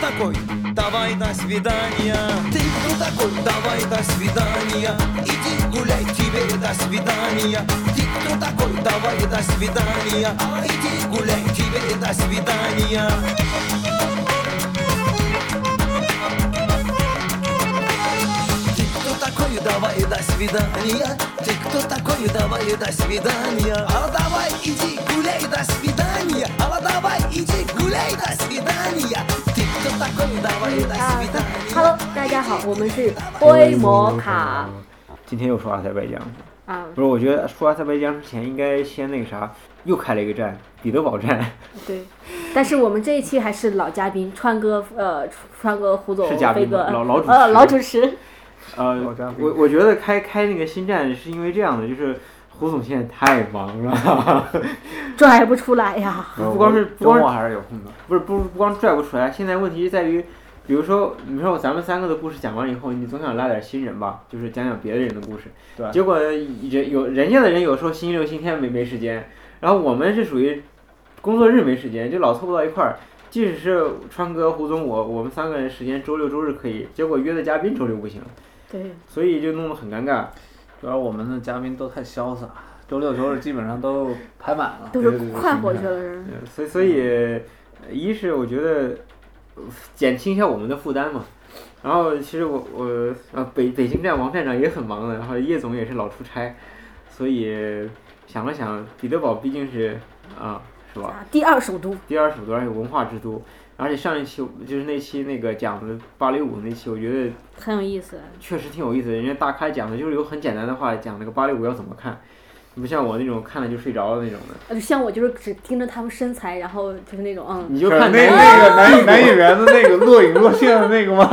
такой? Давай до свидания. Ты кто такой? Давай до свидания. Иди гуляй, тебе до свидания. Ты кто такой? Давай до свидания. Иди гуляй, тебе до свидания. Ты кто такой? Давай до свидания. Ты кто такой? Давай до свидания. А давай иди гуляй, до свидания. А давай иди гуляй, до свидания. Ты кто такой? Давай до свидания. Hello， 大家好，我们是灰摩卡。 今天又说阿塞拜疆啊， 不是，我觉得说阿塞拜疆之前应该先那个啥，又开了一个站，彼得堡站。 对，但是我们这一期还是老嘉宾，川哥，胡总， 是嘉宾飞哥， 老主持。 我我觉得开那个新站是因为这样的，就是胡总现在太忙了， 拽不出来呀。 不光是周末还是有空的， 不光拽不出来，现在问题在于。比如说，你说咱们三个的故事讲完以后，你总想拉点新人吧，就是讲讲别的人的故事。 对。 结果人家的人有时候星期六、星期天没时间，然后我们是属于工作日没时间，就老凑不到一块儿。即使是川哥、胡总我们三个人时间周六周日可以，结果约的嘉宾周六不行。 对。 所以就弄得很尴尬。 主要我们的嘉宾都太潇洒，周六周日基本上都排满了， 都是快活去了人。 所以，一是我觉得。减轻一下我们的负担嘛，然后其实我北京站王站长也很忙的，然后叶总也是老出差，所以想了想，彼得堡毕竟是是吧？ 第二首都， 而且文化之都，而且上一期就是那期那个讲的芭蕾舞那期，我觉得很有意思， 确实挺有意思的。人家大咖讲的就是有很简单的话讲那个芭蕾舞要怎么看。不像我那种看了就睡着了那种的， 像我就是只盯着他们身材，然后就是那种你就看那个男演员的那个若隐若现的那个吗？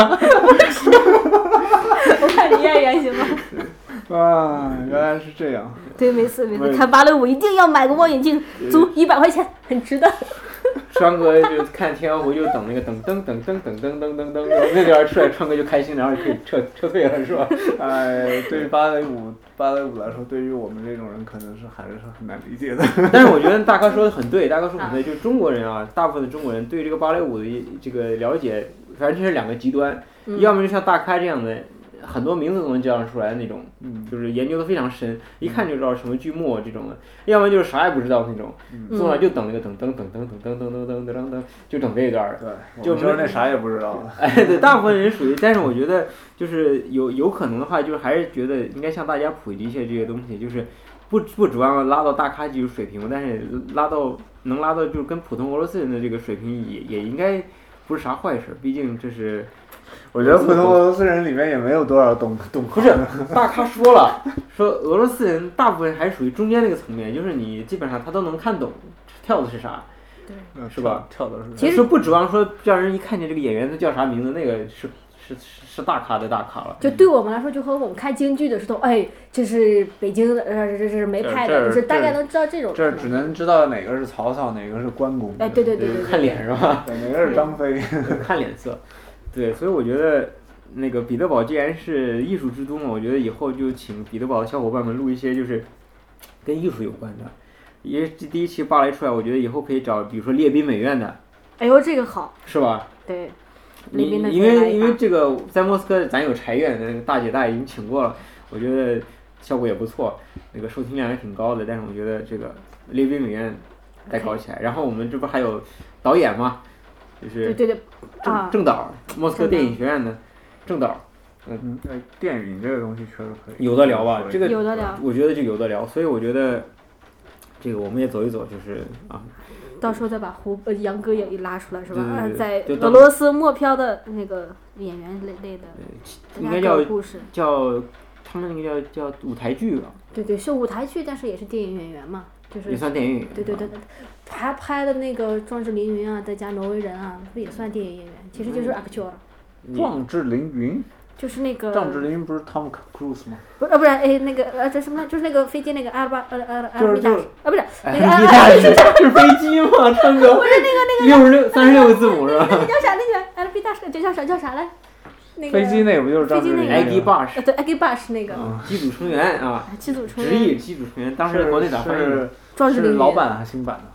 我看你演员行吗？ 啊，原来是这样。 对，每次看芭蕾舞一定要买个望远镜，租100块钱，很值得。 川哥就看天鹅湖就等那个噔，那点出来，川哥就开心，然后就可以撤退了，是吧？ 对于芭蕾舞来说，对于我们这种人可能还是很难理解的。 但是我觉得大哥说的很对，就是中国人啊，大部分的中国人对这个芭蕾舞的这个了解，反正就是两个极端，要么就像大咖这样的。很多名字都能叫出来的那种，就是研究的非常深，一看就知道什么剧目这种的，要么就是啥也不知道那种，坐那就等那个噔，就等这一段。 对，就是那啥也不知道。 对，大部分人属于，但是我觉得就是有可能的话，就是还是觉得应该向大家普及一些这些东西，就是不指望拉到大咖技术水平，但是能拉到就是跟普通俄罗斯人的这个水平也应该不是啥坏事，毕竟这是。 我觉得普通俄罗斯人里面也没有多少懂不是大咖说了，说俄罗斯人大部分还属于中间那个层面，就是你基本上他都能看懂跳的是啥， 对， 是吧？ 跳的是。 其实不指望说让人一看见这个演员他叫啥名字，那个是大咖的大咖了。 就对我们来说，就和我们看京剧的时候，这是北京的，这是梅派的，就是大概能知道这种。 这只能知道哪个是曹操，哪个是关公。 对， 看脸是吧？ 对，哪个是张飞， 看脸色。对，所以我觉得那个彼得堡既然是艺术之都嘛，我觉得以后就请彼得堡的小伙伴们录一些就是跟艺术有关的。因为第一期芭蕾出来，我觉得以后可以找比如说列宾美院的。 哎呦，这个好。 是吧？ 对。 因为这个在莫斯科咱有柴院，那个大姐大已经请过了，我觉得效果也不错，那个收听量也挺高的。但是我觉得这个列宾美院再搞起来，然后我们这不还有导演吗？就是对正导，莫斯科电影学院的正导。 电影这个东西确实可以有的聊吧，这个有的聊， 我觉得就有的聊，所以我觉得这个我们也走一走，就是到时候再把杨哥也拉出来是吧？ 对， 在俄罗斯默飘的那个演员类的， 应该叫他们那个叫舞台剧吧？ 对，是舞台剧，但是也是电影演员嘛。就是也算电影演员。 对，他拍的那个《壮志凌云》啊，再加《挪威人》啊，不也算电影演员？其实就是 actor。 壮志凌云。 就是那个。 壮志凌云不是 Tom Cruise 吗？ 不是，那个这什么？就是那个飞机那个阿尔比达，不是那个是飞机吗？唱歌。 不是那个 36个字母是吧？ 那个叫啥？那个阿尔比达这叫啥来？ 飞机那个不就是壮志凌云？ 艾吉巴什。 对，艾吉巴什那个。 机组成员啊。 机组成员。 直译机组成员，当时国内咋翻译？ 壮志凌云。 是老版还是新版的？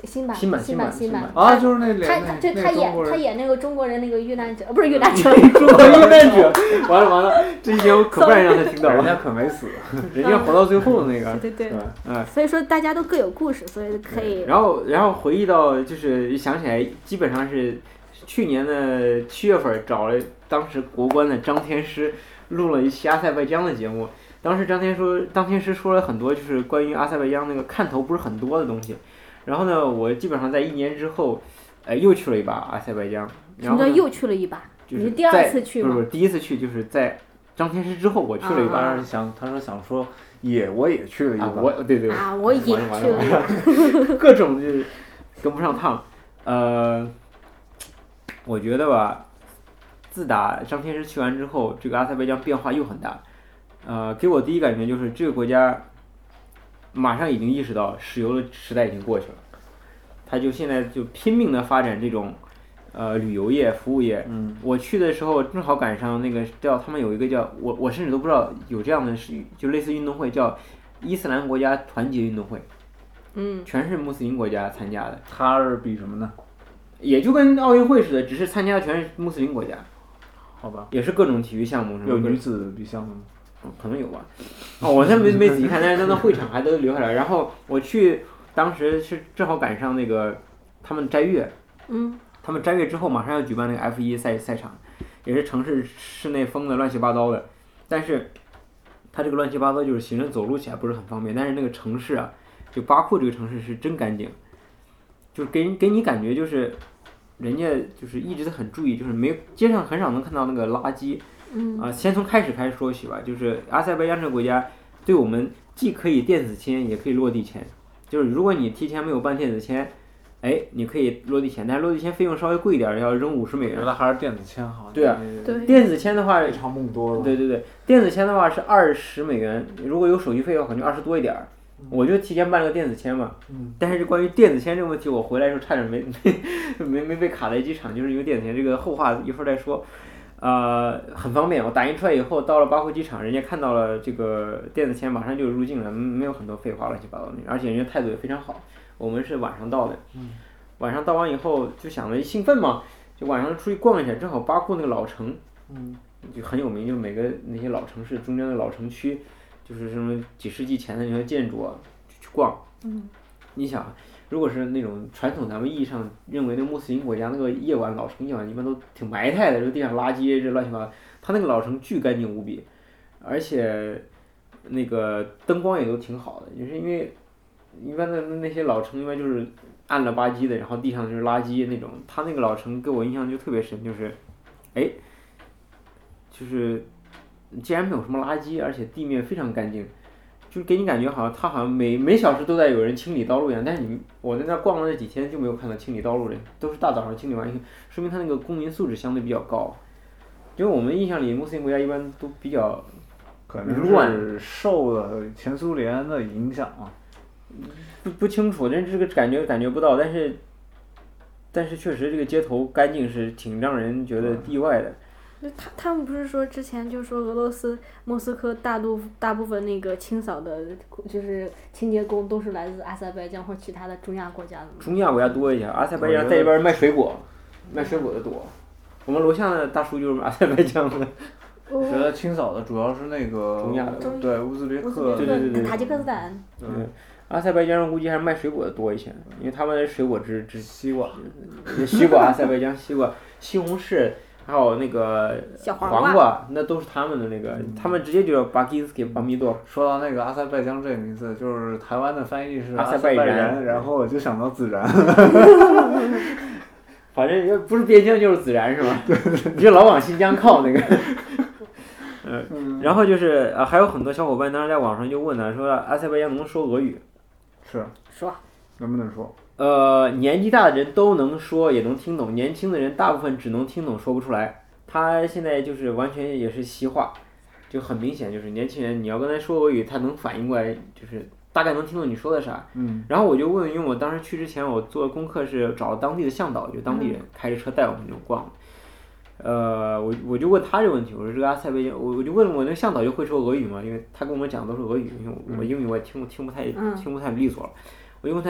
新版啊，就是那他演那个中国人那个遇难者，不是遇难者， 中国遇难者，完了，这一节我可不敢让他听到了， 人家可没死， 人家活到最后的那个， 对，所以说大家都各有故事，所以可以。 然后回忆到就是想起来，基本上是去年的7月份找了当时国关的张天师录了一期阿塞拜疆的节目。当时张天师说了很多就是关于阿塞拜疆那个看头不是很多的东西。然后呢，我基本上在1年之后，又去了一把阿塞拜疆。 什么叫又去了一把？ 就是你是第2次去吗？ 不是第1次去，就是在张天师之后我去了一把。 他说想说我也去了一把。 对。 我也去了一把。 各种就是跟不上趟。我觉得吧，自打张天师去完之后，这个阿塞拜疆变化又很大。给我第一感觉就是这个国家马上已经意识到石油的时代已经过去了，他就现在就拼命的发展这种旅游业、服务业。我去的时候正好赶上那个他们有一个叫我甚至都不知道有这样的就类似运动会，叫伊斯兰国家团结运动会。全是穆斯林国家参加的。 他是比什么呢？ 也就跟奥运会似的，只是参加的全是穆斯林国家。 好吧。 也是各种体育项目。 有女子比项目吗？ 可能有吧。我现在没仔细看，但是那会场还都留下来。然后我去，当时是正好赶上那个他们斋月。他们斋月之后马上要举办那个 F1 赛场，也是城市室内封的乱七八糟的。但是它这个乱七八糟就是行人走路起来不是很方便，但是那个城市啊，就巴库这个城市是真干净，就给你感觉就是人家就是一直很注意，就是街上很少能看到那个垃圾。先从开始说起吧，就是阿塞拜疆这个国家对我们既可以电子签也可以落地签，就是如果你提前没有办电子签，你可以落地签，但是落地签费用稍微贵一点，要扔50美元。 原来还是电子签好。 对啊， 对， 电子签的话长梦多了。 对，电子签的话是20美元，如果有手续费的话可能20多一点。我就提前办了个电子签嘛。但是关于电子签这个问题，我回来的时候差点没被卡在机场，就是因为电子签这个后话一会儿再说。很方便，我打印出来以后到了巴库机场，人家看到了这个电子签，马上就入境了，没有很多废话乱七八糟的，而且人家态度也非常好。我们是晚上到的。晚上到完以后就想着兴奋嘛，就晚上出去逛一下，正好巴库那个老城，就很有名，就每个那些老城市中间的老城区，就是什么几世纪前的那些建筑啊，去逛。你想，如果是那种传统咱们意义上认为的穆斯林国家，那个夜晚老城夜晚一般都挺埋汰的，这地上垃圾这乱七八糟，他那个老城巨干净无比，而且那个灯光也都挺好的，就是因为一般的那些老城一般就是暗了吧唧的，然后地上就是垃圾那种，他那个老城给我印象就特别深，就是就是既然没有什么垃圾，而且地面非常干净，就给你感觉好像每小时都在有人清理道路一样。但是我在那逛了那几天就没有看到清理道路的人，都是大早上清理完，说明他那个公民素质相对比较高。因为我们印象里穆斯林国家一般都比较可能是受了前苏联的影响啊。 不清楚，但是这个感觉不到，但是确实这个街头干净是挺让人觉得意外的。 他们不是说之前就说俄罗斯莫斯科大部分那个清扫的，就是清洁工都是来自阿塞拜疆或其他的中亚国家的吗？ 中亚国家多一些，阿塞拜疆在这边卖水果的多。我们楼下的大叔就是阿塞拜疆的。 我觉得清扫的主要是那个中亚的， 对乌兹别克， 对， 塔吉克斯坦。 阿塞拜疆人估计还是卖水果的多一些，因为他们的水果汁西瓜， 阿塞拜疆西瓜、西红柿，还有那个黄瓜，那都是他们的那个，他们直接就叫巴基斯给巴米多。 说到那个阿塞拜疆这个名字，就是台湾的翻译是阿塞拜然， 然后我就想到孜然。 反正不是边疆就是孜然是吧？你就老往新疆靠那个。然后就是还有很多小伙伴当时在网上就问他说阿塞拜疆能不能说俄语？ 是说能不能说？ 年纪大的人都能说也能听懂，年轻的人大部分只能听懂说不出来。他现在就是完全也是西化，就很明显就是年轻人你要跟他说俄语，他能反应过来，就是大概能听懂你说的啥。然后我就问，因为我当时去之前我做的功课是找当地的向导，就当地人开着车带我们就逛。我就问他这个问题，我说这个阿塞拜疆，我就问我那个向导就会说俄语嘛，因为他跟我们讲的都是俄语，因为我英语我也听不太利索了。我就问他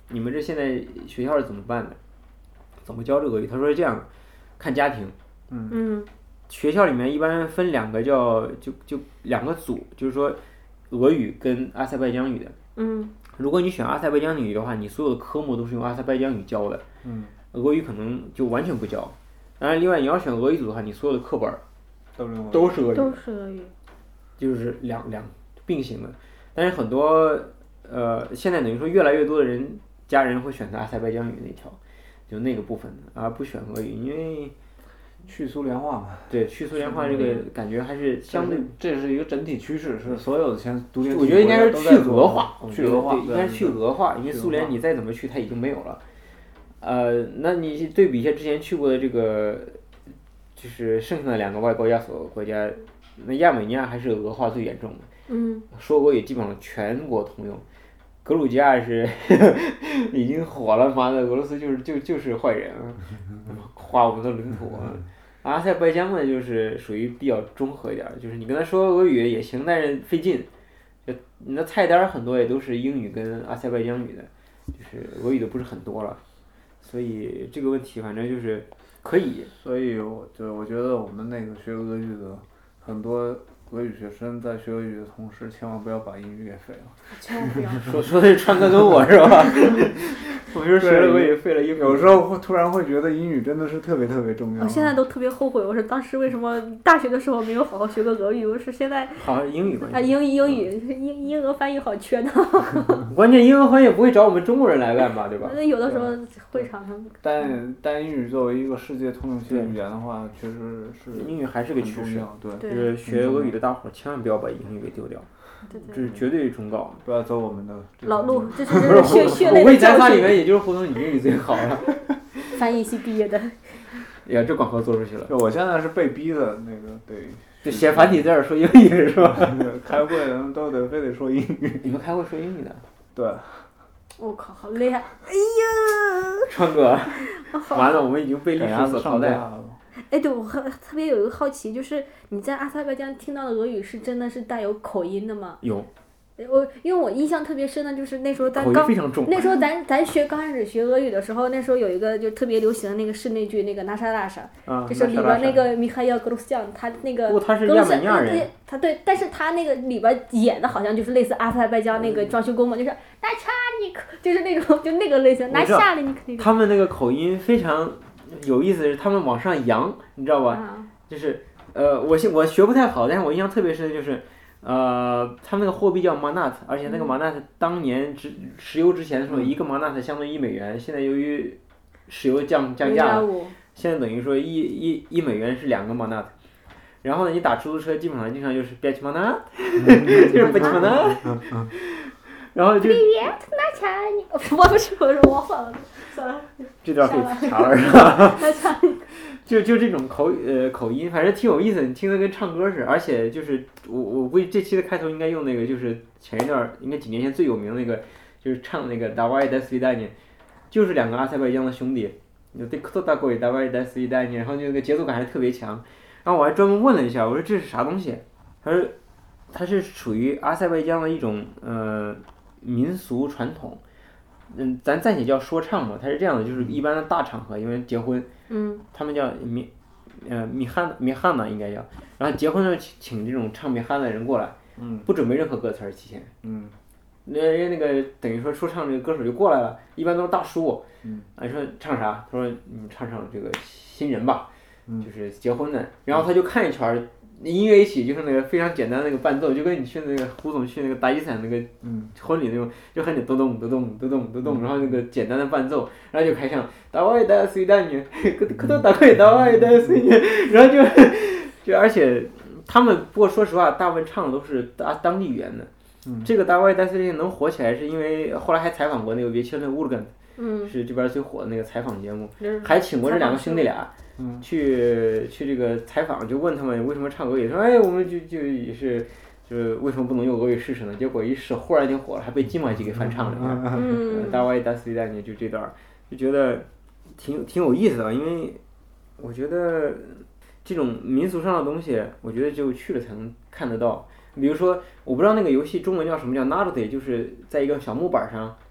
你们这现在学校是怎么办的？怎么教这个俄语？他说是这样的，看家庭。学校里面一般分两个就两个组，就是说俄语跟阿塞拜疆语的。如果你选阿塞拜疆语的话，你所有的科目都是用阿塞拜疆语教的。俄语可能就完全不教。当然，另外你要选俄语组的话，你所有的课本都是俄语。 都是俄语。 就是两并行的。但是很多现在等于说越来越多的人家人会选择阿塞拜疆语那条，就那个部分，而不选俄语，因为去苏联化嘛。 对，去苏联化这个感觉还是相对， 这是一个整体趋势，是所有的独联体我觉得应该是去俄化， 去俄化， 对，应该是去俄化，因为苏联你再怎么去它已经没有了。那你对比一下之前去过的这个，就是剩下的2个外高加索国家，那亚美尼亚还是俄化最严重的。说俄语基本上全国通用。格鲁吉亚是已经火了，妈的，俄罗斯就是坏人啊，划我们的领土啊。阿塞拜疆呢，就是属于比较中和一点，就是你跟他说俄语也行，但是费劲。就你的菜单很多也都是英语跟阿塞拜疆语的，就是俄语的不是很多了。所以这个问题反正就是可以。 所以我觉得我们那个学俄语的很多俄语学生在学俄语的同时，千万不要把英语给废了。 千万不要。 说的是川哥跟我是吧？我说学了俄语废了英语。 有时候突然会觉得英语真的是特别特别重要。 我现在都特别后悔，我说当时为什么大学的时候没有好好学个俄语，我是现在。 好英语吧。 英俄翻译好缺呢。 关键英俄翻译也不会找我们中国人来干吧，对吧？ 那有的时候会场上。 但英语作为一个世界通用性语言的话，确实是英语还是个趋势。 对， 就是学俄语的大伙千万不要把英语给丢掉。这是绝对忠告， 不要走我们的老路，这是血泪的教训。 我估计咱仨里面也就是胡总你英语最好了。 翻译系毕业的。 呀，这广告做出去了。 我现在是被逼的那个，对。 就写繁体字说英语是吧？ 开会人都非得说英语。 你们开会说英语的？ 对。 我靠，好厉害！哎呀。 川哥，完了，我们已经被历史所淘汰了。 哎，对，我特别有一个好奇，就是你在阿塞拜疆听到的俄语是真的是带有口音的吗？ 有。 因为我印象特别深的就是那时候咱那时候咱刚开始学俄语的时候，那时候有一个就特别流行的那个室内剧，那个娜莎拉莎，就是里边那个米哈伊尔·格鲁斯江，他那个他是亚美尼亚人， 他对，但是他那个里边演的好像就是类似阿塞拜疆那个装修工嘛，就是那查尼克，就是那种就那个类型，那夏利尼克那种。 他们那个口音非常有意思，是他们往上扬，你知道吧？就是我学不太好，但是我印象特别深的就是。他们那个货币叫 manat， 而且那个 manat 当年石油之前的时候，1个 manat 相当于1美元，现在由于石油降价了，现在等于说1美元是2个 manat。然后呢，你打出租车基本上经常就是 5 manat， 就是 5 manat。然后就。 我不是，我忘了，算了。 这段可以查了是吧？就这种口音，反正挺有意思，你听着跟唱歌似的。而且就是我估计这期的开头应该用那个，就是前一段应该几年前最有名的那个，就是唱那个 Давай до свидания， 就是2个阿塞拜疆的兄弟，有对кто такой Давай до свидания， 然后就那个节奏感还特别强。然后我还专门问了一下，我说这是啥东西？他说它是属于阿塞拜疆的一种民俗传统。咱暂且叫说唱吧，它是这样的，就是一般的大场合，因为结婚，他们叫米汉娜应该叫，然后结婚的时候请这种唱米汉的人过来，不准备任何歌词提前，那个等于说说唱这个歌手就过来了，一般都是大叔，你说唱啥？他说你们唱这个新人吧，就是结婚的，然后他就看一圈。音乐一起就是那个非常简单的那个伴奏，就跟你去那个胡总去那个达吉散那个婚礼那种，就很咚咚咚咚咚咚咚咚，然后那个简单的伴奏，然后就开唱Давай до свидания， кто такой Давай до свидания， 然后就而且他们不过说实话，大部分唱的都是当地语言的。这个Давай до свидания能火起来，是因为后来还采访过那个Вечерний Ургант，是这边最火的那个采访节目，还请过这2个兄弟俩。去这个采访，就问他们为什么唱俄语，说我们就也是，就是为什么不能用俄语试试呢？结果一试，忽然就火了，还被金马吉给翻唱了。Давай до свидания就这段，就觉得挺有意思的，因为我觉得这种民俗上的东西，我觉得只有去了才能看得到。比如说，我不知道那个游戏中文叫什么，叫 Nardi， 就是在一个小木板上，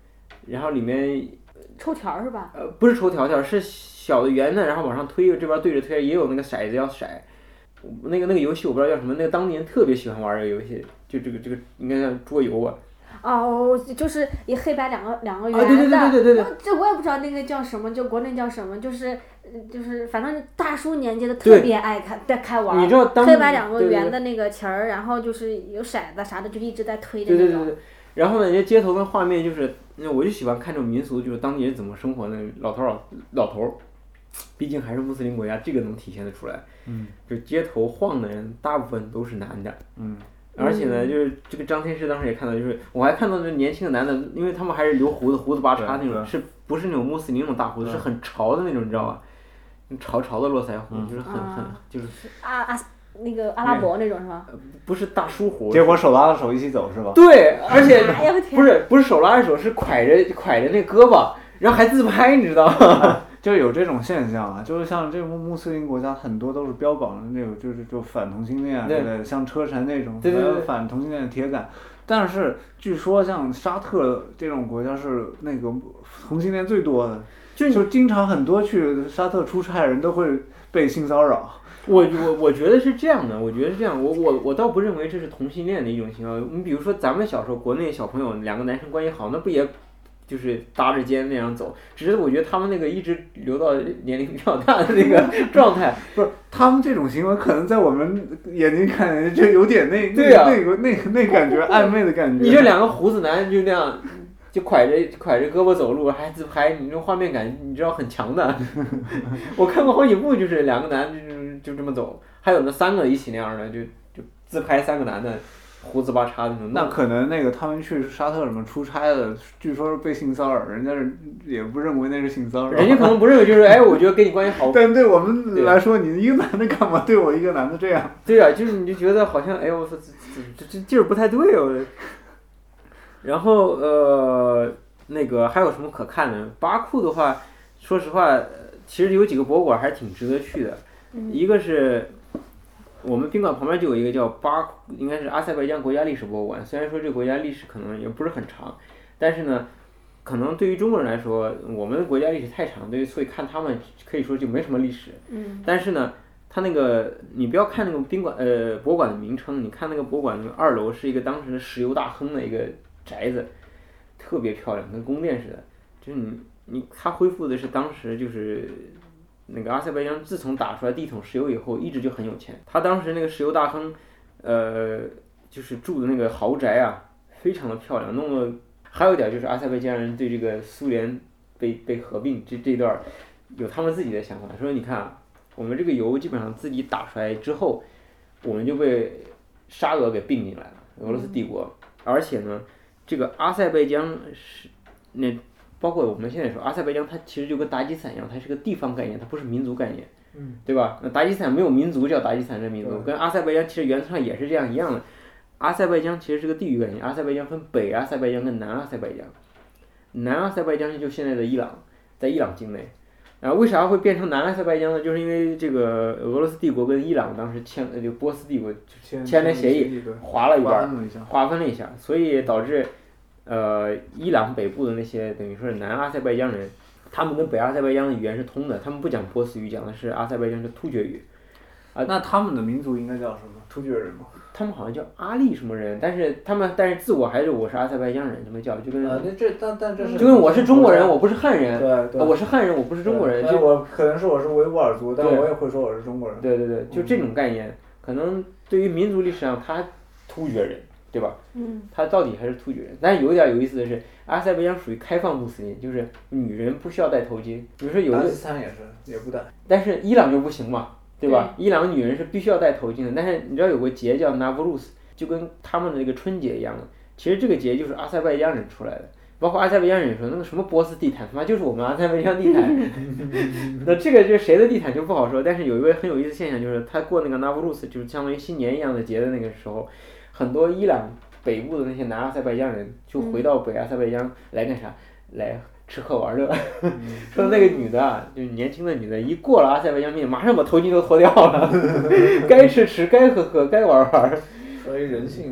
然后里面抽条是吧？ 不是抽条条，是小的圆的，然后往上推，这边对着推，也有那个骰子要骰。那个游戏我不知道叫什么，那个当年特别喜欢玩这个游戏，就这个应该叫桌游吧。 哦，就是一黑白两个圆的。对。 这我也不知道那个叫什么，就国内叫什么，就是反正大叔年纪的特别爱开玩。 你知道黑白两个圆的那个旗儿，然后就是有骰子啥的，就一直在推的那种。 对。然后呢，人家街头的画面就是，我就喜欢看这种民俗，就是当地人怎么生活的，老头，毕竟还是穆斯林国家，这个能体现得出来。就街头晃的人，大部分都是男的。而且呢，就是这个张天师当时也看到，就是我还看到那年轻的男的，因为他们还是留胡子八叉那种，是不是那种穆斯林那种大胡子，是很潮的那种，你知道吧？潮的络腮胡，就是很就是那个阿拉伯那种是吧？ 不是大叔胡。 结果手拉着手一起走是吧？ 对，而且不是手拉着手，是挎着那胳膊，然后还自拍，你知道吗？ 就有这种现象啊，就是像这个穆斯林国家很多都是标榜的那种，就反同性恋，对不对？像车臣那种， 对反同性恋的铁杆。但是据说像沙特这种国家是那个同性恋最多的，就经常很多去沙特出差的人都会被性骚扰。 我觉得是这样的，我倒不认为这是同性恋的一种情况。你比如说咱们小时候国内小朋友两个男生关系好，那不也就是搭着肩那样走，只是我觉得他们那个一直留到年龄比较大的那个状态， 不是他们这种行为可能在我们眼睛看来就有点那感觉暧昧的感觉。 你这两个胡子男就那样，就挎着胳膊走路还自拍，你这种画面感你知道很强的。我看过好几部，就是两个男就这么走，还有那三个一起那样的，就自拍三个男的。胡子八叉的那种。 那可能那个他们去沙特什么出差的，据说是被性骚扰，人家也不认为那是性骚扰。 人家可能不认为，就是我觉得跟你关系好。 但对我们来说，你一个男的干嘛对我一个男的这样？ 对啊，就是你就觉得好像我操，这劲儿不太对哦。然后那个还有什么可看的？巴库的话，说实话，其实有几个博物馆还是挺值得去的。一个是。我们宾馆旁边就有一个叫应该是阿塞拜疆国家历史博物馆。虽然说这个国家历史可能也不是很长，但是呢，可能对于中国人来说，我们的国家历史太长，所以看他们可以说就没什么历史。但是呢，它那个你不要看那个博物馆的名称，你看那个博物馆那个2楼是一个当时的石油大亨的一个宅子，特别漂亮，跟宫殿似的。就是它恢复的是当时就是。那个阿塞拜疆自从打出来第一桶石油以后，一直就很有钱。他当时那个石油大亨，就是住的那个豪宅啊，非常的漂亮。弄了，还有一点就是阿塞拜疆人对这个苏联被合并这段有他们自己的想法，说你看啊，我们这个油基本上自己打出来之后，我们就被沙俄给并进来了，俄罗斯帝国。而且呢，这个阿塞拜疆是包括我们现在说阿塞拜疆，它其实就跟达吉斯坦一样，它是个地方概念，它不是民族概念，对吧？那达吉斯坦没有民族叫达吉斯坦人民族，跟阿塞拜疆其实原则上也是这样一样的。阿塞拜疆其实是个地域概念，阿塞拜疆分北阿塞拜疆跟南阿塞拜疆，南阿塞拜疆就现在的伊朗，在伊朗境内。然后为啥会变成南阿塞拜疆呢？就是因为这个俄罗斯帝国跟伊朗当时就波斯帝国签了协议，划分了一下，所以导致。伊朗北部的那些等于说是南阿塞拜疆人，他们跟北阿塞拜疆的语言是通的，他们不讲波斯语，讲的是阿塞拜疆的突厥语。 那他们的民族应该叫什么？突厥人吗？ 他们好像叫阿利什么人，但是自我还是我是阿塞拜疆人，这么叫，就跟但这是就跟我是中国人，我不是汉人， 对， 我是汉人，我不是中国人， 我可能是我是维吾尔族，但我也会说我是中国人。 对，就这种概念，可能对于民族历史上他突厥人。对吧？他到底还是突厥人，但是有一点有意思的是，阿塞拜疆属于开放穆斯林，就是女人不需要戴头巾。比如说有的， 达吉斯坦也不戴。 但是伊朗就不行嘛，对吧？伊朗女人是必须要戴头巾的。但是你知道有个节叫纳布鲁斯，就跟他们的那个春节一样的。其实这个节就是阿塞拜疆人出来的，包括阿塞拜疆人说那个什么波斯地毯，他妈就是我们阿塞拜疆地毯。那这个就是谁的地毯就不好说。但是有一个很有意思的现象，就是他过那个纳布鲁斯，就是相当于新年一样的节的那个时候。很多伊朗北部的那些南阿塞拜疆人就回到北阿塞拜疆来干啥？来吃喝玩乐。说那个女的啊，就是年轻的女的，一过了阿塞拜疆面，马上把头巾都脱掉了，该吃吃，该喝喝，该玩玩。 所以人性啊，还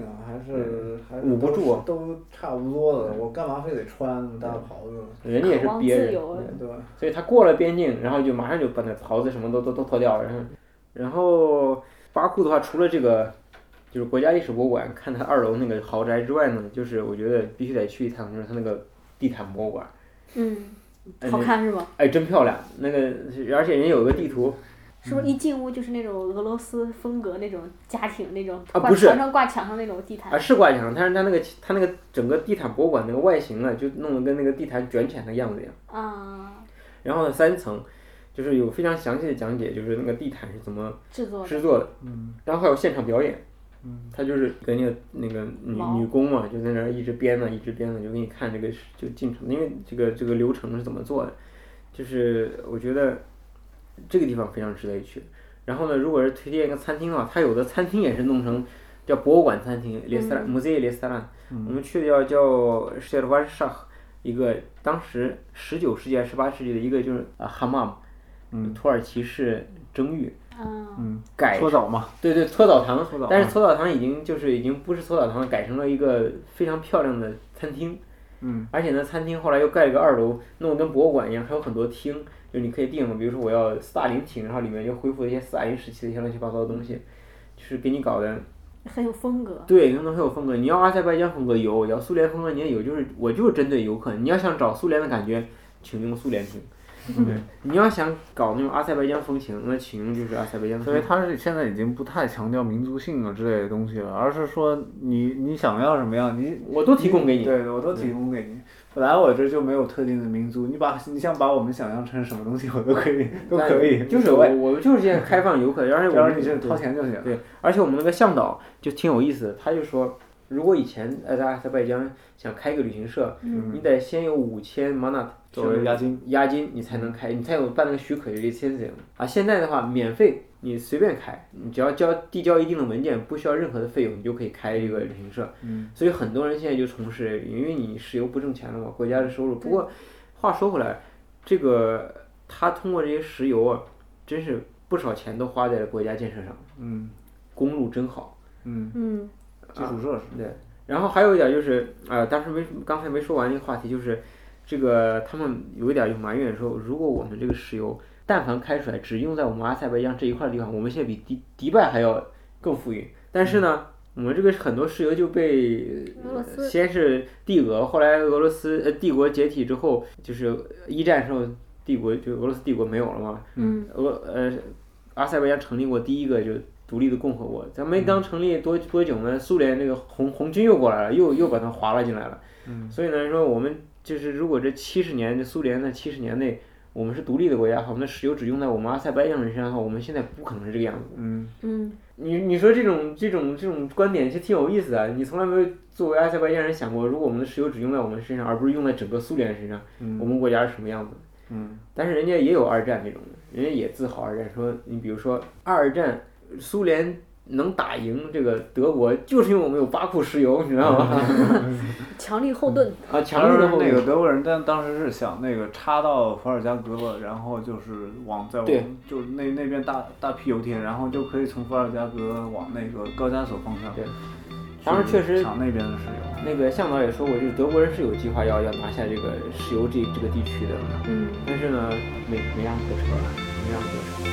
还捂不住都差不多的，我干嘛非得穿大袍子？ 人家也是憋着， 对吧？ 所以他过了边境，然后就马上就把那袍子什么都脱掉，然后巴库的话，除了这个就是国家历史博物馆看它2楼那个豪宅之外呢，就是我觉得必须得去一趟，就是它那个地毯博物馆。 好看是吧？ 哎，真漂亮，那个而且人家有个地图。 是不是一进屋就是那种俄罗斯风格那种家庭那种不是挂墙上那种地毯？ 是挂墙，但是它那个整个地毯博物馆那个外形啊，就弄得跟那个地毯卷起来的样子一样。然后呢，3层，就是有非常详细的讲解，就是那个地毯是怎么制作的。然后还有现场表演。他就是跟那个女工嘛，就在那儿一直编呢，就给你看这个就进程，因为这个流程是怎么做的，就是我觉得这个地方非常值得一去。然后呢，如果是推荐一个餐厅的话，它有的餐厅也是弄成叫博物馆餐厅，Muzey Restaurant，我们去的叫 Shervanshah， 一个当时19世纪还是18世纪的一个就是Hammam，土耳其式蒸浴。 搓澡嘛， 对，搓澡堂，但是搓澡堂已经不是搓澡堂了，改成了一个非常漂亮的餐厅。而且呢，餐厅后来又盖了个2楼，弄得跟博物馆一样，还有很多厅，就你可以订，比如说我要斯大林厅，然后里面就恢复一些斯大林时期的一些乱七八糟的东西，就是给你搞的很有风格。对， 很有风格。你要阿塞拜疆风格有，要苏联风格你也有，我就是针对游客，你要想找苏联的感觉，请用苏联厅。你要想搞那种阿塞拜疆风情，那请用就是阿塞拜疆。 所以他是现在已经不太强调民族性啊之类的东西了，而是说你想要什么样， 我都提供给你。 对，我都提供给你。本来我这就没有特定的民族，你想把我们想象成什么东西，我都可以。 就是我就是现在开放游客，而且你是掏钱就行。 对，而且我们那个向导就挺有意思的，他就说，如果以前在阿塞拜疆想开个旅行社，你得先有5000 manat。 作为押金你才能开，你才有办那个许可，有 license 啊。现在的话免费，你随便开，你只要递交一定的文件，不需要任何的费用，你就可以开这个旅行社。所以很多人现在就从事，因为你石油不挣钱了嘛，国家的收入。不过话说回来，这个他通过这些石油啊，真是不少钱都花在了国家建设上。公路真好。 基础设施。 对。然后还有一点就是当时刚才没说完一个话题，就是这个他们有一点就埋怨说，如果我们这个石油但凡开出来只用在我们阿塞拜疆这一块地方，我们现在比迪拜还要更富裕。但是呢，我们这个很多石油就被先是帝俄，后来俄罗斯帝国解体之后，就是一战时候俄罗斯帝国没有了嘛。阿塞拜疆成立过第一个就独立的共和国，咱没刚成立多久呢，苏联那个红军又过来了，又把它划了进来了。所以呢，说我们就是如果这70年，苏联的70年内，我们是独立的国家，我们的石油只用在我们阿塞拜疆人身上的话，我们现在不可能是这个样子。你说这种观点其实挺有意思的，你从来没有作为阿塞拜疆人想过，如果我们的石油只用在我们身上，而不是用在整个苏联身上，我们国家是什么样子？但是人家也有2战这种的，人家也自豪2战，说你比如说2战苏联能打赢这个德国，就是因为我们有巴库石油，你知道吗？ 强力后盾啊，强力的后盾。 那个德国人当时是想那个插到伏尔加格，然后就是就是那边大批油田，然后就可以从伏尔加格往那个高加索方向。 对，当时确实抢那边的石油。 那个向导也说过，就是德国人是有计划要拿下这个石油这个地区的。但是呢，没让得逞，没让得逞。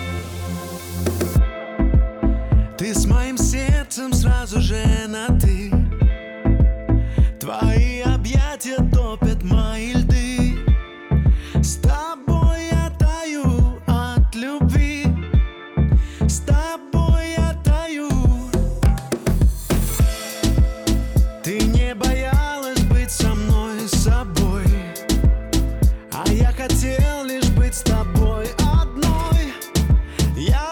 Ты с моим сердцем сразу же на «ты». Твои объятия топят мои льды. С тобой я таю от любви. С тобой я таю. Ты не боялась быть со мной собой, а я хотел лишь быть с тобой одной. Я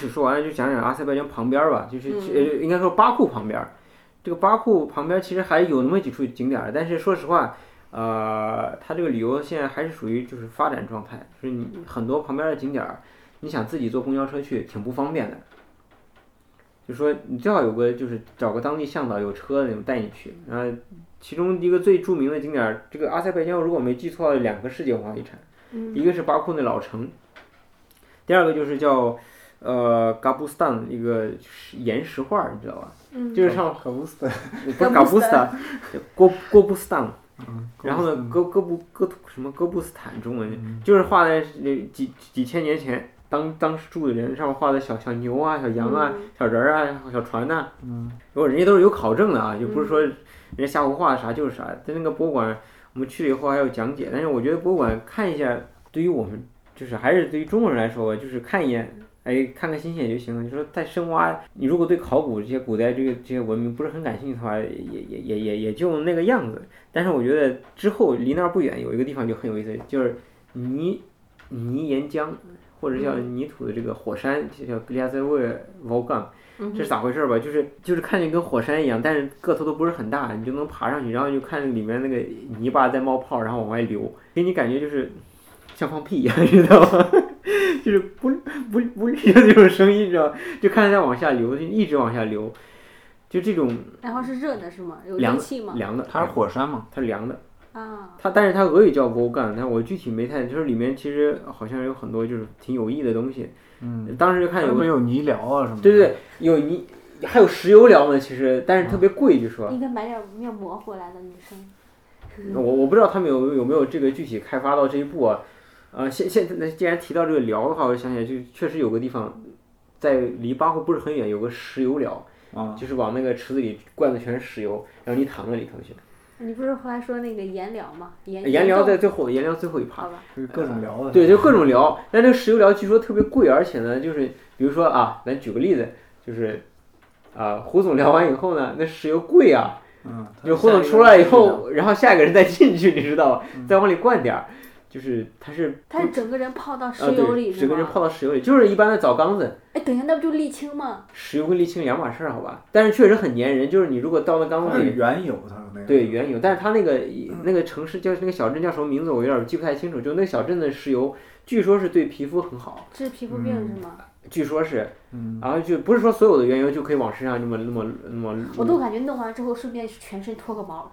史说完了，就讲讲阿塞拜疆旁边吧，就是应该说巴库旁边。这个巴库旁边其实还有那么几处景点，但是说实话，它这个旅游现在还是属于就是发展状态，就是你很多旁边的景点，你想自己坐公交车去挺不方便的。就说你最好有个就是找个当地向导有车的那种带你去，然后其中一个最著名的景点，这个阿塞拜疆如果没记错，2个世界文化遗产，一个是巴库那老城，第二个就是叫噶布斯坦一个岩石画，你知道吧？就是上噶布斯坦， 不是噶布斯坦，郭布斯坦。然后呢，哥布斯坦中文就是画在几千年前，当时住的人上面画的小牛啊、小羊啊、小人啊、小船呐。如果人家都是有考证的啊，就不是说人家瞎胡画啥就是啥。在那个博物馆，我们去了以后还有讲解，但是我觉得博物馆看一下，对于我们就是还是对于中国人来说，就是看一眼。看个新鲜就行了。你说再深挖，你如果对考古这些古代这些文明不是很感兴趣的话，也就那个样子。但是我觉得之后离那儿不远有一个地方就很有意思，就是泥岩浆或者叫泥土的这个火山，叫格里亚塞维 volcan， 这是咋回事吧？就是看着跟火山一样，但是个头都不是很大，你就能爬上去，然后就看里面那个泥巴在冒泡，然后往外流，给你感觉就是像放屁一样，知道吗？就是不这种声音，知道吗？就看它往下流，就一直往下流，就这种。 然后是热的是吗？有热气吗？ 凉的。 它是火山嘛？ 它是凉的。 啊。 但是它俄语叫 volcan， 但我具体没太，就是里面其实好像有很多就是挺有益的东西。当时就看有泥疗啊什么的。 对，有泥，还有石油疗呢，其实，但是特别贵，就说。 应该买点面膜回来的女生。 我不知道他们有没有这个具体开发到这一步啊。既然提到这个辽的话，我想起来就确实有个地方，在离巴库不是很远，有个石油辽，就是往那个池子里灌的全是石油，然后你躺在里头去。 你不是后来说那个盐辽吗？ 盐辽在最后，盐辽最后一趴。 就是各种辽的。 对，就各种辽，但这个石油辽据说特别贵，而且呢，就是比如说啊，咱举个例子，就是胡总聊完以后呢，那石油贵啊，就胡总出来以后，然后下一个人再进去，你知道吧？再往里灌点儿。就是他是整个人泡到石油里， 整个人泡到石油里，就是一般的澡缸子。 等一下，那不就沥青吗？ 石油跟沥青两码事，好吧？但是确实很粘人，就是你如果到那缸子里， 原有它那个。 对，原有，但是它那个城市叫那个小镇叫什么名字，我有点记不太清楚。就那个小镇的石油，据说是对皮肤很好。 治皮肤病是吗？ 据说是，然后就不是说所有的原油就可以往身上那么。 我都感觉弄完之后顺便全身脱个毛。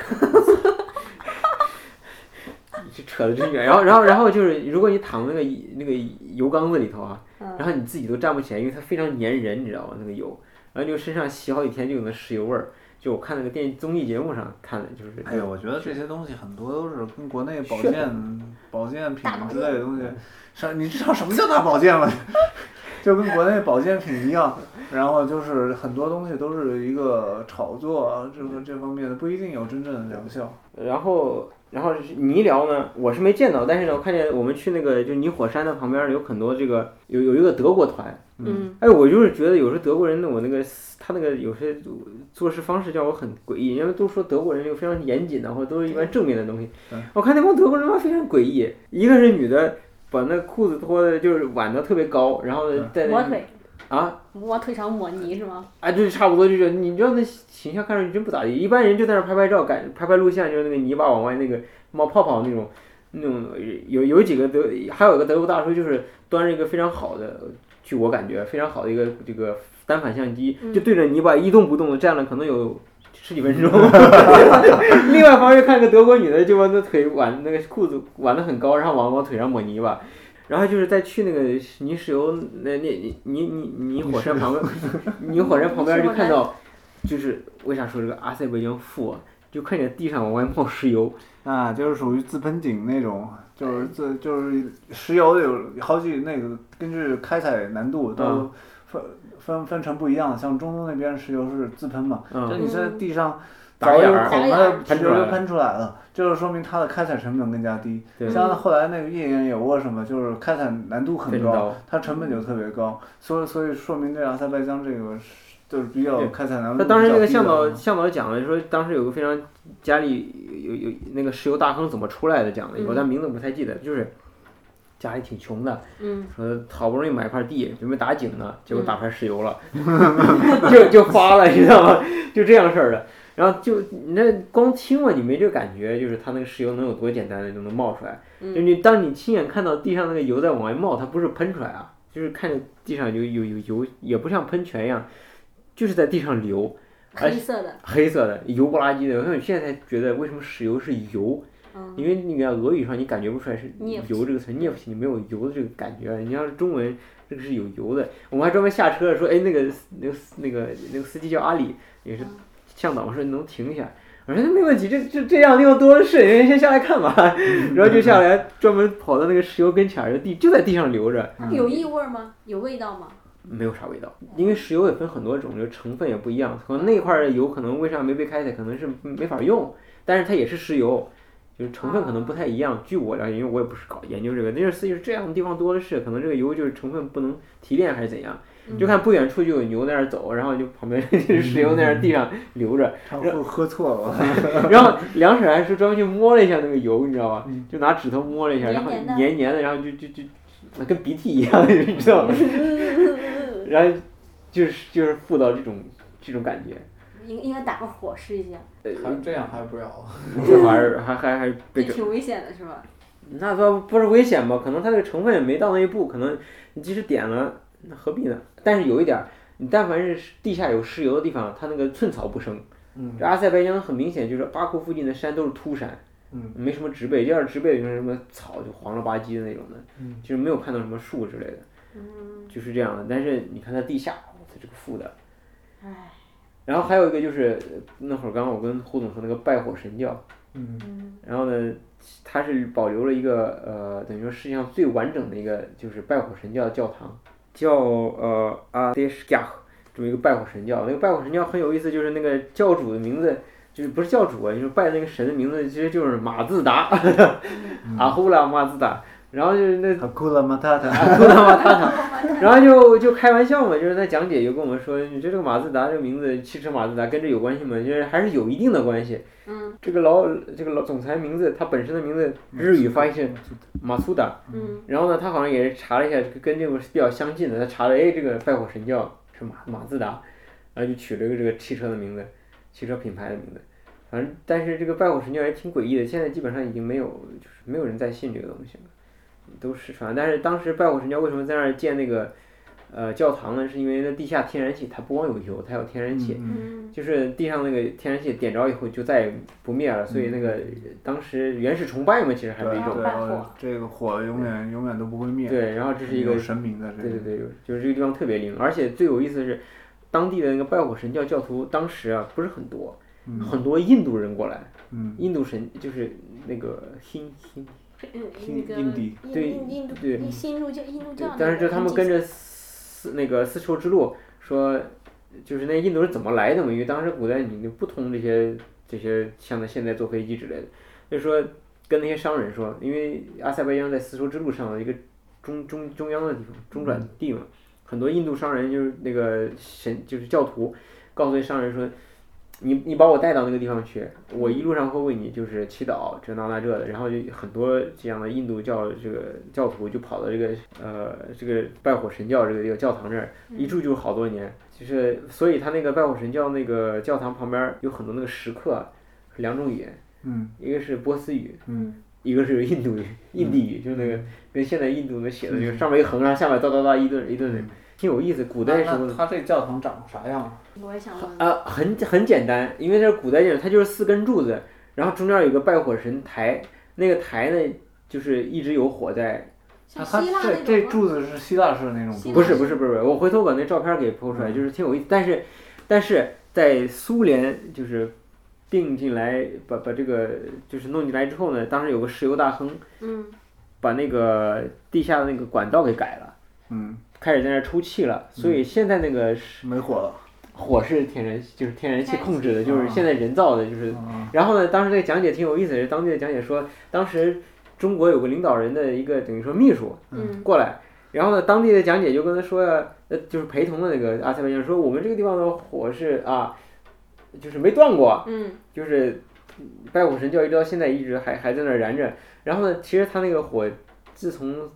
就扯得真远，然后就是，如果你躺那个油缸子里头啊，然后你自己都站不起来，因为它非常粘人，你知道吗？那个油，然后就身上洗好几天就有那石油味儿。就我看那个综艺节目上看的，就是。 哎呀，我觉得这些东西很多都是跟国内保健品之类的东西，你知道什么叫大保健吗？就跟国内保健品一样，然后就是很多东西都是一个炒作啊，这方面的不一定有真正的疗效。 然后泥疗呢，我是没见到，但是呢，我看见我们去那个就泥火山的旁边有很多这个有一个德国团，我就是觉得有时候德国人他那个有些做事方式叫我很诡异，因为都说德国人有非常严谨的，或者都是一般正面的东西，我看那帮德国人非常诡异，一个是女的把那裤子脱的就是挽得特别高，然后在抹腿啊， 往腿上抹泥是吗？ 就是差不多就是，你知道那形象看上去真不咋地，一般人就在那拍照，拍录像，就是那个泥巴往外那个冒泡泡那种，有几个还有一个德国大叔就是端着一个非常好的，据我感觉非常好的一个这个单反相机，就对着泥巴一动不动的站了可能有10几分钟。另外一方面看个德国女的就把那腿挽那个裤子挽得很高，然后往腿上抹泥巴。然后就是再去那个泥石油泥火山旁边，泥火山旁边就看到，就是为啥说这个阿塞拜疆富啊？就看见地上往外冒石油， 就是属于自喷井那种，就是石油有好几那个根据开采难度都分成不一样，像中东那边石油是自喷嘛，就你在地上。早有孔，它石油就喷出来了，就是说明它的开采成本更加低。像后来那个页岩油啊什么，就是开采难度很高，它成本就特别高，所以说明这阿塞拜疆这个就是比较开采难度比较低的。 当时那个向导讲了，说当时有个非常家里有那个石油大亨怎么出来的讲的，我但名字不太记得，就是家里挺穷的， 嗯， 说好不容易买块地，准备打井呢，结果打出来石油了，就发了，你知道吗？就这样事儿的。然后就你那光听了你没这个感觉，就是它那个石油能有多简单的就能冒出来。就你当你亲眼看到地上那个油在往外冒，它不是喷出来啊，就是看着地上有油，也不像喷泉一样，就是在地上流。黑色的油不拉几的，我现在才觉得为什么石油是油，因为你看俄语上你感觉不出来是油这个词，涅夫你没有油的这个感觉，你要是中文这个是有油的，我们还专门下车说，哎那个司机叫阿里，也是向导说你能停一下，我说没问题，这样地方多的是，人先下来看吧，然后就下来专门跑到那个石油跟前儿，就在地上流着。 有异味吗？有味道吗？ 没有啥味道，因为石油也分很多种，就成分也不一样，可能那块的油可能为啥没被开采，可能是没法用，但是它也是石油，就是成分可能不太一样。据我了解，因为我也不是搞研究这个，那就是这样的地方多的是，可能这个油就是成分不能提炼还是怎样。就看不远处就有牛在那儿走，然后就旁边就是石油在那儿地上流着， 喝错了。 然后梁婶还是专门去摸了一下那个油，你知道吧？就拿指头摸了一下，然后黏黏的，然后就跟鼻涕一样，你知道吗？然后就是附到这种感觉。 应该打个火试一下。 还这样还不要？ 这玩意儿还被挺危险的是吧？ 那倒不是危险吧？可能它这个成分也没到那一步，可能你即使点了，那何必呢？但是有一点，你但凡是地下有石油的地方，它那个寸草不生。这阿塞拜疆很明显就是巴库附近的山都是秃山，没什么植被，要是植被就是什么草就黄了吧唧的那种的，就是没有看到什么树之类的，就是这样的。但是你看它地下，它这个富的，然后还有一个就是那会儿刚刚我跟胡总说那个拜火神教，然后呢，它是保留了一个等于说世界上最完整的一个就是拜火神教的教堂，叫阿德什加赫。这么一个拜火神教，那个拜火神教很有意思，就是那个教主的名字，就是不是教主啊，就是拜那个神的名字，其实就是马自达，阿呼拉马自达，然后就是那阿库拉马塔塔， 然后就开玩笑嘛，就是那讲解就跟我们说，你这个马自达这个名字，汽车马自达跟这有关系吗？就是还是有一定的关系。这个老总裁名字，他本身的名字日语发音是马苏达，然后呢，他好像也是查了一下，跟这个是比较相近的，他查了，哎，这个拜火神教。是马自达，然后就取了一个这个汽车的名字，汽车品牌的名字。反正但是这个拜火神教也挺诡异的，现在基本上已经没有，就是没有人再信这个东西了，都失传。但是当时拜火神教为什么在那儿建那个教堂呢？是因为那地下天然气，它不光有油，它有天然气，就是地上那个天然气点着以后就再也不灭了，所以那个当时原始崇拜嘛，其实还是一种。 这个火永远都不会灭。 对，然后这是一个神明的。 对，就是这个地方特别灵，而且最有意思的是，当地的那个拜火神教教徒当时啊不是很多，很多印度人过来，印度神就是那个印地， 对印度教， 但是就他们跟着那个丝绸之路说，就是那印度人怎么来的嘛？因为当时古代你不通这些像现在坐飞机之类的，就说跟那些商人说，因为阿塞拜疆在丝绸之路上的一个中央的地方，中转地嘛，很多印度商人就是那个就是教徒，告诉那商人说，你把我带到那个地方去，我一路上会为你就是祈祷这那的，然后就很多这样的印度教这个教徒就跑到这个拜火神教这个教堂这儿，一住就是好多年，就是所以他那个拜火神教那个教堂旁边有很多那个石刻，是两种语言，一个是波斯语，一个是印度语、印地语，就是那个跟现在印度的写的，就是上面一横，然后下面哒哒哒一顿的。挺有意思，古代时候。 他这教堂长啥样？ 我也想问。 很简单，因为这是古代建筑，它就是4根柱子，然后中间有个拜火神台，那个台呢就是一直有火在。 它这柱子是希腊式的那种。 不是，我回头把那照片给拍出来，就是挺有意思。但是在苏联就是并进来，把这个就是弄进来之后呢，当时有个石油大亨，把那个地下的那个管道给改了，开始在那抽气了，所以现在那个没火了。 火是天然气控制的，就是现在人造的，就是。然后呢，当时那个讲解挺有意思的，当地的讲解说，当时中国有个领导人的一个等于说秘书，过来，然后呢，当地的讲解就跟他说呀，就是陪同的那个阿塞拜疆说，我们这个地方的火是就是没断过，就是拜火神教一直到现在一直还在那燃着。然后呢，其实他那个火自从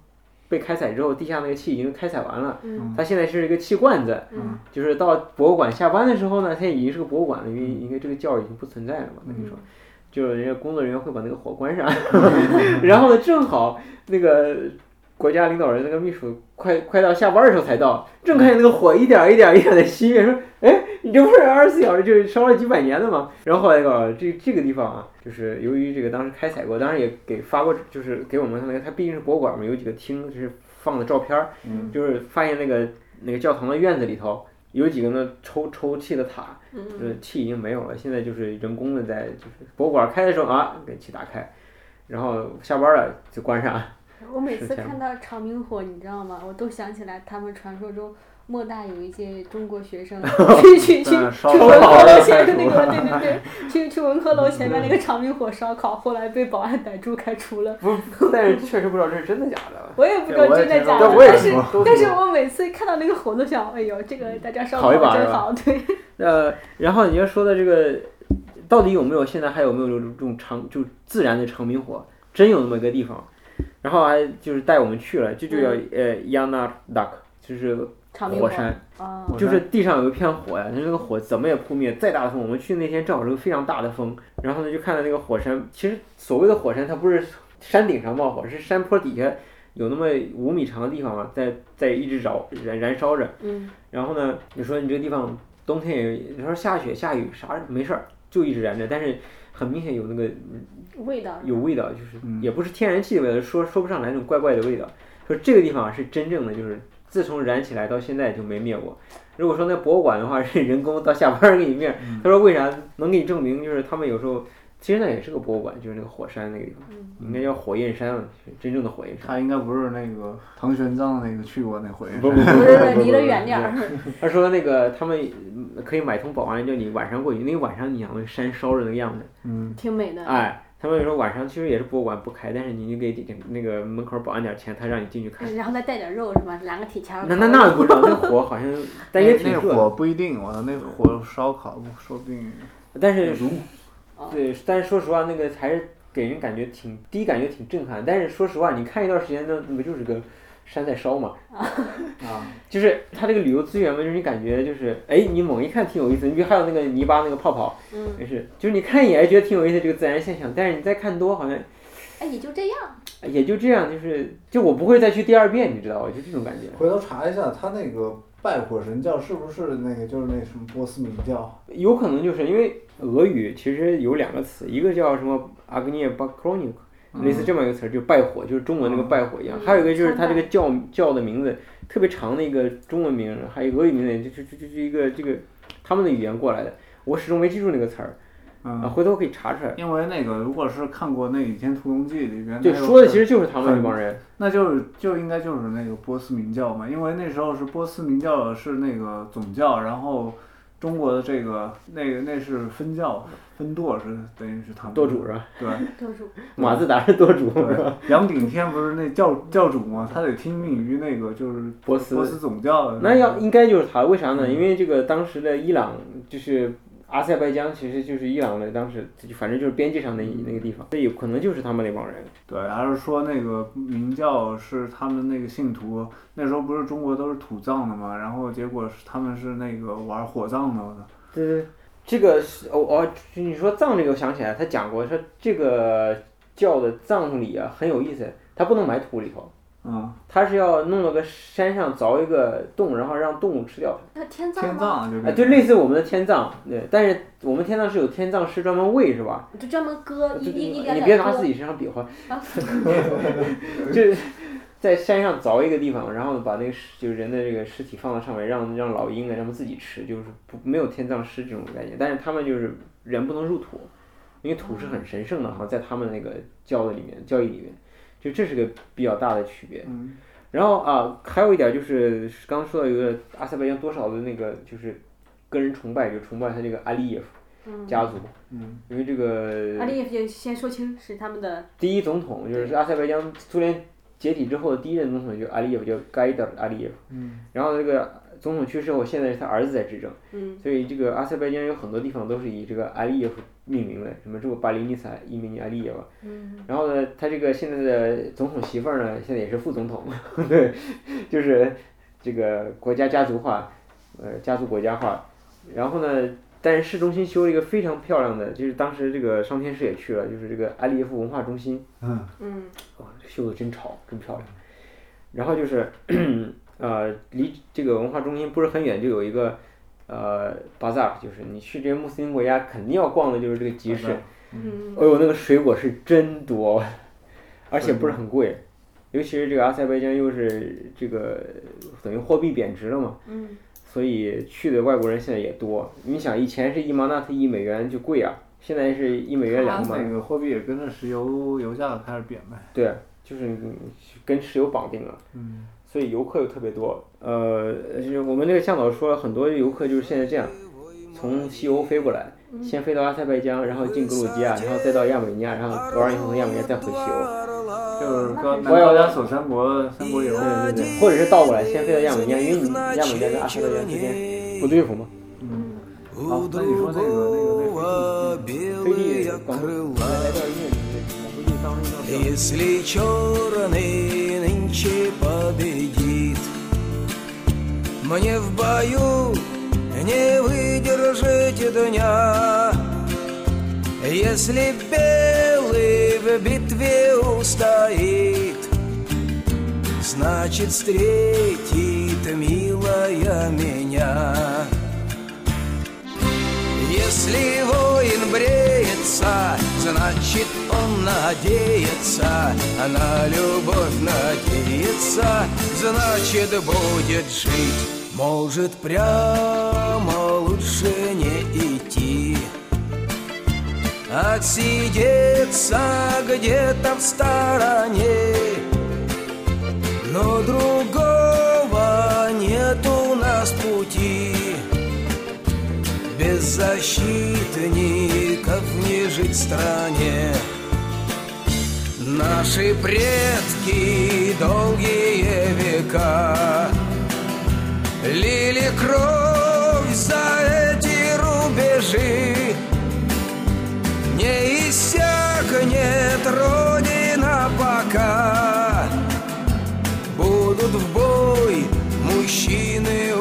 被开采之后，地下那个气已经开采完了，它现在是一个气罐子，就是到博物馆下班的时候呢，它已经是个博物馆了，因为这个窖已经不存在了嘛，等于说。就是人家工作人员会把那个火关上，然后呢，正好那个国家领导人那个秘书快到下班的时候才到，正看见那个火一点一点的熄灭，说，哎，你这不是24小时就是烧了几百年的吗？然后后来这个地方啊，就是由于这个当时开采过，当然也给发过，就是给我们那个，它毕竟是博物馆嘛，有几个厅就是放的照片，就是发现那个教堂的院子里头。有几个呢抽气的塔，气已经没有了，现在就是人工的在就是博物馆开的时候啊，给气打开，然后下班了就关上。 我每次看到长明火，你知道吗？我都想起来他们传说中莫大有一届中国学生去文科楼前面那个对，去文科楼前面那个长明火烧烤，后来被保安逮住开除了。 不，但是确实不知道这是真的假的。 我也不知道真的假的，但是我每次看到那个火都想，哎呦，这个大家烧烤真好，对。 然后你要说的这个，到底有没有现在还有没有这种就自然的长明火？真有那么一个地方，然后还就是带我们去了，就叫Yanadak，就是火山，就是地上有一片火呀，那这个火怎么也扑灭，再大的风，我们去那天正好是个非常大的风，然后呢就看到那个火山，其实所谓的火山它不是山顶上冒火，是山坡底下有那么5米长的地方嘛，在一直燃烧着，然后呢你说你这个地方冬天你说下雪下雨啥没事儿，就一直燃着，但是很明显有那个味道， 有味道，就是也不是天然气的味道，说不上来那种怪怪的味道。说这个地方是真正的，就是自从燃起来到现在就没灭过。如果说那博物馆的话是人工到下班给你灭，他说为啥能给你证明？就是他们有时候其实那也是个博物馆，就是那个火山那个地方，应该叫火焰山了，真正的火焰山。 他应该不是那个唐玄奘那个去过那火焰山， 不是离得远点儿。 他说那个他们可以买通保安，叫你晚上过去，那个晚上你想那个山烧着那个样子， 挺美的。 哎。他们说晚上其实也是博物馆不开，但是你给那个门口保安点钱，他让你进去看。 然后再带点肉是吧？拿个铁锹。 那不知道，那火好像，但也挺热。 那火不一定，那火烧烤说不定。 但是，对，但是说实话，那个还是给人感觉第一感觉挺震撼。但是说实话，你看一段时间，那不就是个山在烧嘛？就是它这个旅游资源嘛，就是你感觉就是，哎，你猛一看挺有意思。你比如还有那个泥巴那个泡泡，就是你看一眼觉得挺有意思这个自然现象，但是你再看多好像， 哎，也就这样。 也就这样，就我不会再去第2遍，你知道吧？就这种感觉。 回头查一下，他那个拜火神教是不是那个就是那什么波斯明教？ 有可能就是因为俄语其实有2个词，一个叫什么阿格涅巴克罗尼克。类似这么一个词儿，就拜火，就是中文那个拜火一样。还有一个就是它这个教的名字特别长的一个中文名，还有俄语名字，就是一个这个他们的语言过来的，我始终没记住那个词儿。回头可以查出来。 因为那个如果是看过那《倚天屠龙记》里边， 对，说的其实就是他们那帮人。 那就应该就是那个波斯明教嘛，因为那时候是波斯明教是那个总教，然后中国的这个那是分教。分舵是等于是他们舵主是吧？ 对， 舵主。 马自达是舵主。 对，杨顶天不是那教主吗？他得听命于那个就是波斯总教的。 那应该就是他，为啥呢？因为这个当时的伊朗就是阿塞拜疆，其实就是伊朗的当时反正就是边界上的那个地方，所以有可能就是他们那帮人。 对，还是说那个明教是他们那个信徒，那时候不是中国都是土葬的嘛，然后结果他们是那个玩火葬的。 对。这个你说葬这个，我想起来，他讲过说这个教的葬礼啊很有意思，他不能埋土里头，他是要弄到个山上凿一个洞，然后让动物吃掉它。 天葬就就类似我们的天葬，对，但是我们天葬是有天葬师专门喂是吧？ 就专门割一点。 你别拿自己身上比划，就在山上凿一个地方，然后把那个就是人的这个尸体放到上面，让老鹰啊让他们自己吃，就是没有天葬师这种概念。但是他们就是人不能入土，因为土是很神圣的，好像在他们那个教义里面，就这是个比较大的区别。然后还有一点就是刚刚说到一个阿塞拜疆多少的那个就是个人崇拜，就崇拜他这个阿利耶夫家族，因为这个阿利耶夫先说清是他们的第一总统，就是阿塞拜疆苏联解体之后的第一任总统就阿利耶夫，叫盖德阿利耶夫。然后这个总统去世后，现在是他儿子在执政。所以这个阿塞拜疆有很多地方都是以这个阿利耶夫命名的，什么这个巴林尼萨伊米尼阿利耶夫。然后呢，他这个现在的总统媳妇儿呢，现在也是副总统，对，就是这个国家家族化，家族国家化。然后呢，但是市中心修了一个非常漂亮的，就是当时这个商天师也去了，就是这个阿利耶夫文化中心。哇，修的真潮，真漂亮。然后就是离这个文化中心不是很远，就有一个巴扎，就是你去这些穆斯林国家肯定要逛的就是这个集市。哎呦，那个水果是真多，而且不是很贵，尤其是这个阿塞拜疆又是这个等于货币贬值了嘛。所以去的外国人现在也多。你想以前是1马纳特1美元就贵啊，现在是1美元2马。 那个货币也跟着石油价开始贬呗。 对，就是跟石油绑定了。所以游客又特别多。就是我们那个向导说，很多游客就是现在这样，从西欧飞过来，先飞到阿塞拜疆，然后进格鲁吉亚，然后再到亚美尼亚，然后玩完以后从亚美尼亚再回西欧。 就是高加索三国游。 对，或者是倒过来，先飞到亚美尼亚，因为你亚美尼亚跟阿塞拜疆之间不对付嘛。 好，那你说那个飞地广州来到音乐节，飞地当时要。 Если черный нынче победит, мне в бою не выдержать дня. Если белый в битве устоит, значит встретит милая меня. Если воин бреется, значит он надеется, на любовь надеется, значит будет жить. Может прямо лучше не идти, отсидеться где-то в стороне, но другого нет у нас пути. Без защитников не жить в стране. Наши предки долгие века лили кровь за эти рубежи. Не иссякнет Родина пока будут в бой мужчины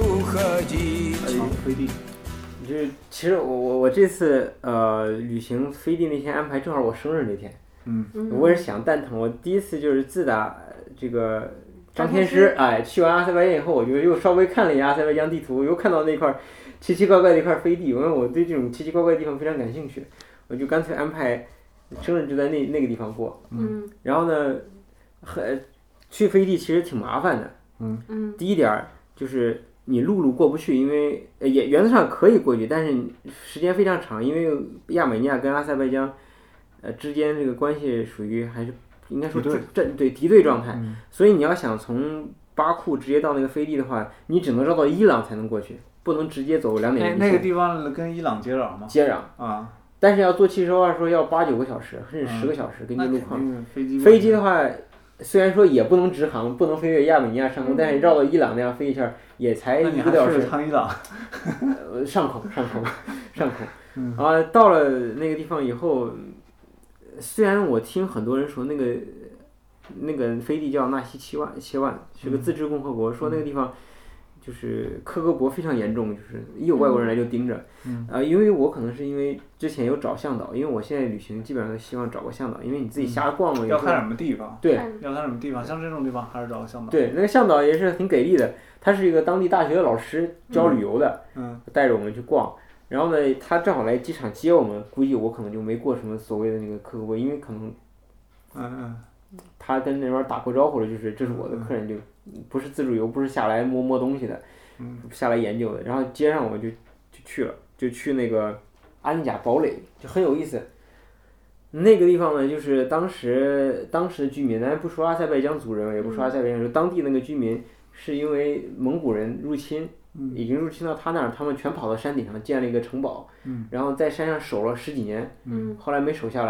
уходить. 就是其实我这次旅行飞地那天安排正好我生日那天。我也是想蛋疼。我第一次就是自打这个张天师去完阿塞拜疆以后，我就又稍微看了一下阿塞拜疆地图，又看到那块奇奇怪怪的一块飞地，因为我对这种奇奇怪怪的地方非常感兴趣，我就干脆安排生日就在那个地方过。然后呢，去飞地其实挺麻烦的。第一点就是你陆过不去，因为也原则上可以过去，但是时间非常长，因为亚美尼亚跟阿塞拜疆之间这个关系属于还是应该说敌对状态，所以你要想从巴库直接到那个飞地的话，你只能绕到伊朗才能过去，不能直接走2点一线。 那个地方跟伊朗接壤吗？ 接壤啊，但是要坐汽车说要8-9个小时，甚至10个小时，根据路况。飞机的话，虽然说也不能直航，不能飞越亚美尼亚上空，但是绕到伊朗那样飞一下也才1个多小时。 趟伊朗？ 上空。啊，到了那个地方以后，虽然我听很多人说那个飞地叫纳西切万，是个自治共和国，说那个地方就是克格勃非常严重，就是一有外国人来就盯着。因为我可能是因为之前有找向导，因为我现在旅行基本上都希望找个向导，因为你自己瞎逛嘛。 要看什么地方？ 对， 要看什么地方？像这种地方还是找个向导。 对，那个向导也是很给力的，他是一个当地大学的老师，教旅游的，带着我们去逛。然后呢，他正好来机场接我们，估计我可能就没过什么所谓的那个克格勃，因为可能，他跟那边打过招呼了，就是这是我的客人，就不是自助游，不是下来摸东西的，下来研究的。然后接上我就去了，就去那个阿尼贾堡垒，就很有意思。那个地方呢，就是当时居民，咱不说阿塞拜疆族人，也不说阿塞拜疆，就当地那个居民是因为蒙古人入侵。已经入侵到他那儿，他们全跑到山顶上建了一个城堡，然后在山上守了10几年，后来没守下来，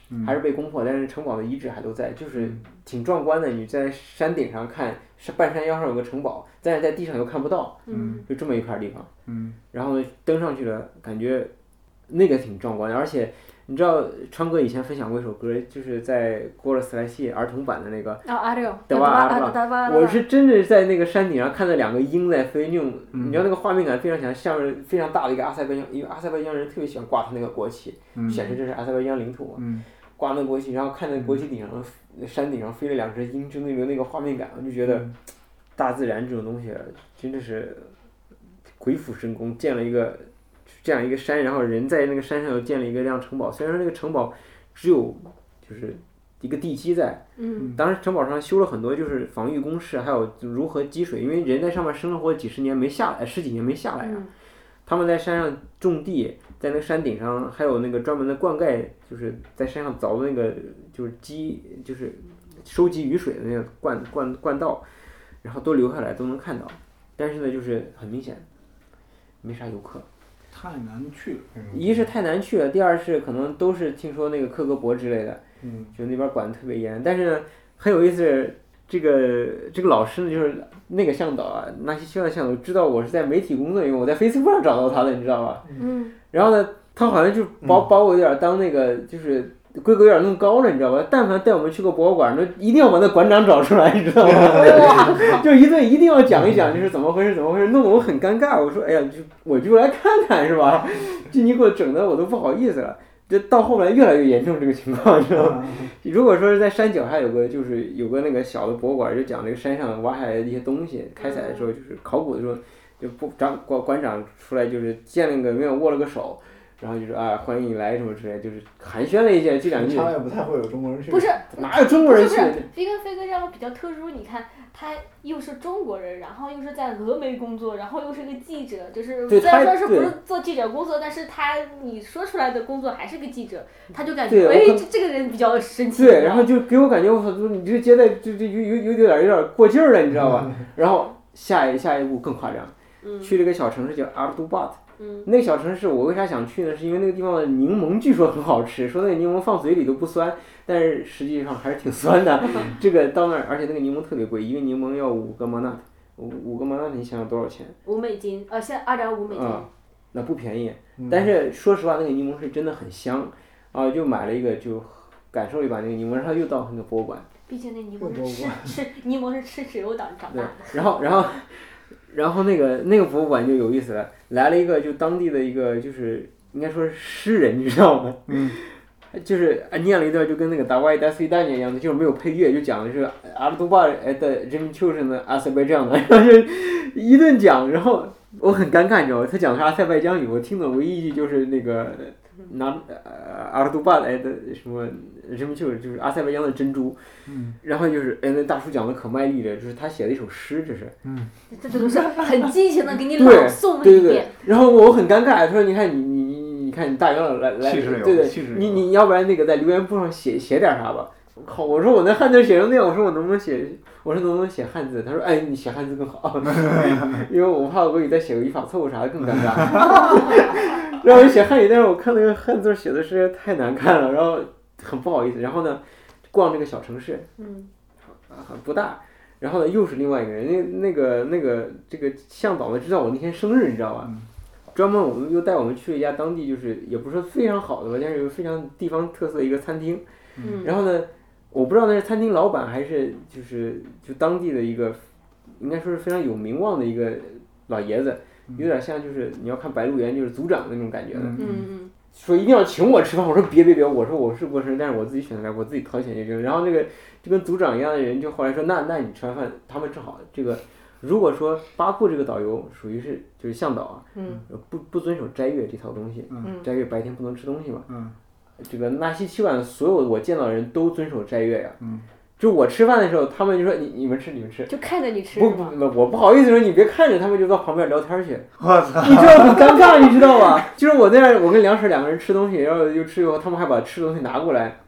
还是被攻破，但是城堡的遗址还都在，就是挺壮观的。你在山顶上看，半山腰上有个城堡，但是在地上又看不到，就这么一块地方。然后登上去了，感觉那个挺壮观的，而且。你知道川哥以前分享过一首歌，就是在郭尔斯莱西儿童版的那个德瓦阿我是真的在那个山顶上看到2个鹰在飞，那种你知道那个画面感非常强，像是非常大的一个阿塞拜疆，因为阿塞拜疆人特别喜欢挂他那个国旗，显示这是阿塞拜疆领土嘛，挂那个国旗，然后看那国旗顶上山顶上飞了2只鹰，就那个画面感，我就觉得大自然这种东西真的是鬼斧神工，建了一个。这样一个山，然后人在那个山上又建了一个这样城堡，虽然说那个城堡只有就是一个地基在，当时城堡上修了很多就是防御工事，还有如何积水，因为人在上面生活几十年没下来，10几年没下来啊，他们在山上种地，在那个山顶上还有那个专门的灌溉，就是在山上凿的那个就是收集雨水的那个灌道，然后都留下来都能看到，但是呢就是很明显没啥游客。 太难去了。 一是太难去了，第二是可能都是听说那个克格勃之类的，就那边管得特别严。但是呢，很有意思，这个老师呢，就是那个向导啊，纳西奇万向导知道我是在媒体工作，因为我在 Facebook 上找到他的，你知道吧？然后呢，他好像就把我有点当那个就是规格有点弄高了，你知道吧？但凡带我们去个博物馆，那一定要把那馆长找出来，你知道吗？就一定要讲一讲，就是怎么回事，弄得我很尴尬。我说，哎呀，我就来看看是吧？就你给我整的我都不好意思了。这到后来越来越严重这个情况，你知道吗？如果说是在山脚下有个那个小的博物馆，就讲这个山上挖下来的一些东西，开采的时候就是考古的时候，就馆长出来就是见了个面握了个手。然后就是啊，欢迎你来什么之类，就是寒暄了一下，这2句。 他也不太会有中国人去。 不是， 哪有中国人去？ 飞哥这样比较特殊，你看他又是中国人，然后又是在峨眉工作，然后又是个记者，就是虽然说是不是做记者工作，但是你说出来的工作还是个记者，他就感觉哎，这个人比较神奇。 对，然后就给我感觉我操，你这个接待就有点过劲儿了，你知道吧？然后下一步更夸张，去了一个小城市叫阿尔杜巴特。那个小城市我为啥想去呢？是因为那个地方的柠檬据说很好吃，说那个柠檬放嘴里都不酸，但是实际上还是挺酸的。这个到那儿，而且那个柠檬特别贵，一个柠檬要5个马纳，5个马纳你想想多少钱 ？5美金，现在2.5美金。 那不便宜。但是说实话，那个柠檬是真的很香，就买了一个就感受了一把那个柠檬，然后又到那个博物馆。 毕竟那柠檬是吃植物长大的。 然后那个博物馆就有意思了，来了一个就当地的一个就是应该说是诗人，你知道吗？就是念了一段就跟那个达瓦伊达斯维达尼一样的，就是没有配乐，就讲的是阿尔杜巴的人民就是呢阿塞拜疆的，然后就一顿讲，然后我很尴尬，你知道吗？他讲的是阿塞拜疆语，我听的唯一一句就是那个阿尔杜巴的什么人民就是阿塞拜疆的珍珠，然后就是那大叔讲的可卖力了，就是他写的一首诗，这是， 这都是很激情的给你朗诵了一遍。 对，然后我很尴尬，他说你看你看你大洋来，对，你要不然那个在留言簿上写点啥吧。靠！我说我那汉字写成那样，我说能不能写汉字？他说哎，你写汉字更好，因为我怕我给你再写个语法错误啥的更尴尬。让我写汉语，但是我看那个汉字写的实在太难看了，然后很不好意思。然后呢，逛这个小城市，不大。然后呢，又是另外一个人，那个这个向导呢知道我那天生日，你知道吧？专门我们又带我们去了一家当地就是也不是说非常好的吧，但是有非常地方特色的一个餐厅。然后呢，我不知道那是餐厅老板还是就当地的一个，应该说是非常有名望的一个老爷子，有点像就是你要看《白鹿原》就是族长那种感觉的。说一定要请我吃饭，我说别，我说我是过生日，但是我自己选择来，我自己掏钱就行。然后那个就跟族长一样的人就后来说，那你吃完饭，他们正好这个。如果说巴库这个导游属于是就是向导啊，不遵守斋月这套东西，斋月白天不能吃东西嘛，这个纳西奇万所有我见到的人都遵守斋月呀，就我吃饭的时候，他们就说你们吃， 就看着你吃， 我不好意思说你别看着，他们就到旁边聊天去，我操，你知道很尴尬，你知道吧？就是我那样，我跟梁婶2个人吃东西，然后又吃以后，他们还把吃的东西拿过来，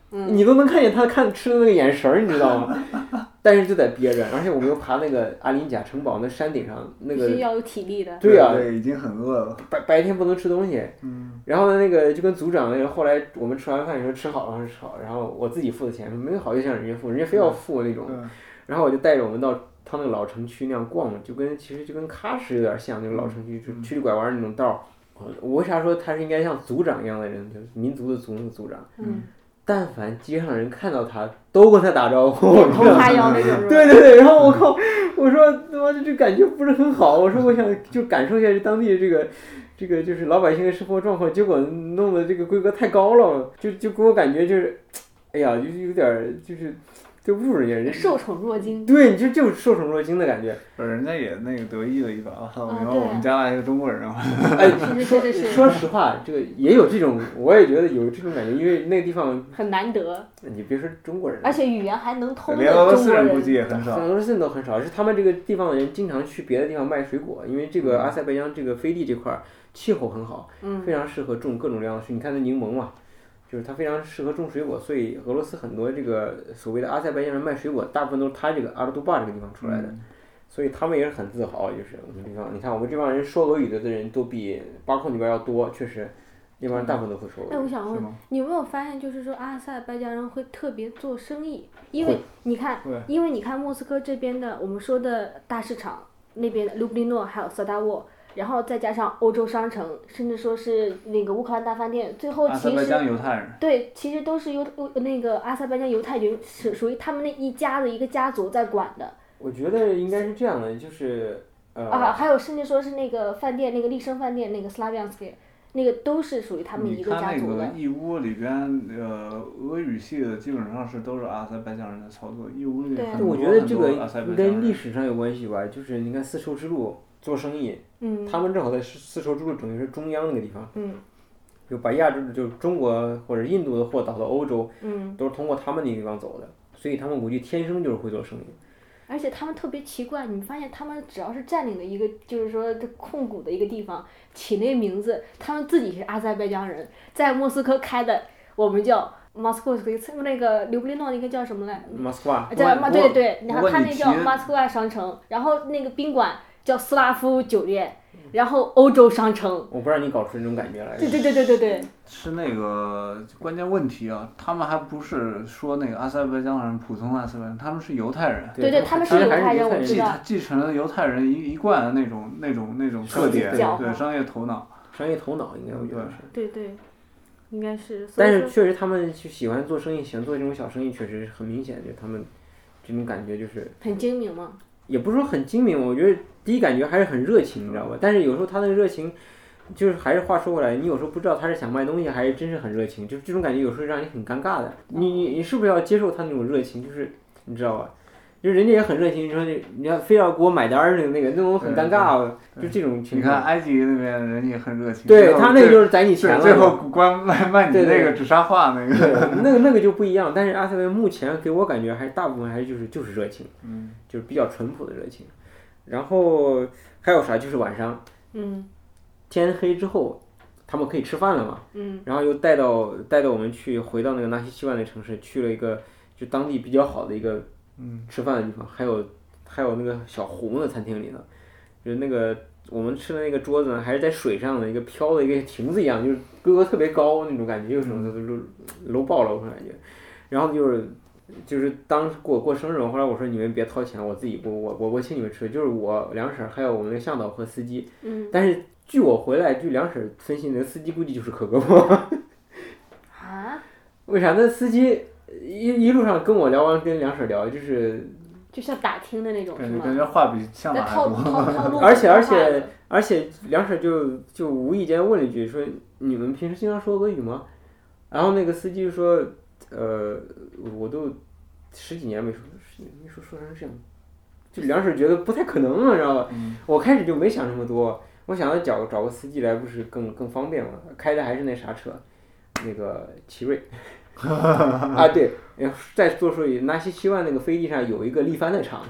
你都能看见他吃的那个眼神儿，你知道吗？但是就得憋着，而且我们又爬那个阿林贾城堡那山顶上，那个是要有体力的。 对呀、 对，已经很饿了。 白天不能吃东西。然后呢，那个就跟组长那个，后来我们吃完饭说吃好了吃好，然后我自己付的钱，没有好就向人家付，人家非要付那种。然后我就带着我们到他那个老城区那样逛，其实就跟喀什有点像那个老城区，就曲里拐弯那种道。我为啥说他是应该像组长一样的人，就是民族的族那个组长。但凡街上人看到他，都跟他打招呼， 头哈腰那种。 对，然后我靠，我说他妈这感觉不是很好，我说我想就感受一下当地这个就是老百姓的生活状况，结果弄得这个规格太高了，就给我感觉就是，哎呀，就是有点就是就侮辱人家， 受宠若惊。 对，你就是受宠若惊的感觉。 人家也那个得意了一把，你说我们家来一个中国人嘛。 哎，说实话，这个也有这种，我也觉得有这种感觉，因为那个地方很难得。 你别说中国人， 而且语言还能通的连俄罗斯人估计也很少。 俄罗斯人都很少，是他们这个地方的人经常去别的地方卖水果，因为这个阿塞拜疆这个飞地这块气候很好，非常适合种各种各样的水。你看那柠檬嘛。就是它非常适合种水果，所以俄罗斯很多这个所谓的阿塞拜疆人卖水果，大部分都是他这个阿尔杜巴这个地方出来的，所以他们也是很自豪。就是我们地方，你看我们这帮人说俄语的人都比巴库那边要多，确实，那帮人大部分都会说俄语。 哎，我想问，你有没有发现，就是说阿塞拜疆人会特别做生意？因为你看莫斯科这边的我们说的大市场，那边卢布林诺还有萨达沃。然后再加上欧洲商城，甚至说是那个乌克兰大饭店，最后其实阿塞拜疆犹太人对，其实都是那个阿塞拜疆犹太人是属于他们那一家的一个家族在管的。 我觉得应该是这样的，就是还有甚至说是那个饭店，那个丽笙饭店，那个 Slavyansk， 那个都是属于他们一个家族的。 你看那个义乌里边，俄语系的基本上都是阿塞拜疆人的操作，义乌里很多我觉得这个阿塞拜疆人跟历史上有关系吧，就是你看丝绸之路。做生意，他们正好在丝绸之路等于是中央那个地方，就把亚洲就是中国或者印度的货导到欧洲，都是通过他们那个地方走的，所以他们估计天生就是会做生意。 而且他们特别奇怪，你发现他们只要是占领的一个，就是说控股的一个地方，起那个名字，他们自己是阿塞拜疆人，在莫斯科开的，我们叫。莫斯科那个刘布林诺那个叫什么来？ 莫斯科。 对，然后他那叫莫斯科商城，然后那个宾馆。叫斯拉夫酒店，然后欧洲商城。 我不让你搞出那种感觉来。 对。 是那个关键问题啊！他们还不是说那个阿塞拜疆人，普通阿塞拜疆，他们是犹太人。 对，他们是犹太人，我知道。 继承了犹太人一贯的那种特点，对商业头脑。 商业头脑应该我觉得是。 对，应该是。 但是确实他们就喜欢做生意，喜欢做这种小生意，确实很明显，就他们这种感觉就是很精明嘛。 也不是说很精明，我觉得第一感觉还是很热情，你知道吧？但是有时候他那个热情，就是还是话说回来，你有时候不知道他是想卖东西，还是真是很热情，就这种感觉有时候让你很尴尬的。你是不是要接受他那种热情？就是你知道吧？就人家也很热情，你说你要非要给我买单儿那种很尴尬，就这种情况。 你看埃及那边人也很热情。 对他那个就是宰你钱了。 最后关卖你那个纸沙画那个。 那个就不一样，但是阿塞拜疆目前给我感觉还大部分还是就是热情，就是比较淳朴的热情。然后还有啥？就是晚上，天黑之后，他们可以吃饭了嘛，然后又带到我们回到那个纳西奇万的城市，去了一个就当地比较好的一个吃饭的地方，还有那个小红的餐厅里头，就是那个我们吃的那个桌子呢，还是在水上的一个飘的一个亭子一样，就是个个特别高那种感觉，有什么楼爆了我感觉，然后就是当过生日，后来我说你们别掏钱，我自己我请你们吃，就是我梁婶还有我们的向导和司机，但是据我回来，据梁婶分析，那个司机估计就是可胳膊。 啊？ 为啥？那司机一路上跟我聊完，跟梁婶聊， 就像打听的那种，是吗？ 感觉话比向导还多。 而且梁婶就无意间问了一句，说你们平时经常说俄语吗？然后那个司机就说，我都10几年没说成这样，就梁婶觉得不太可能了，知道吧？我开始就没想这么多，我想要找个司机来不是更方便吗？开的还是那啥车，那个奇瑞。啊对，再多说一句，纳西奇万那个飞机上有一个力帆的厂，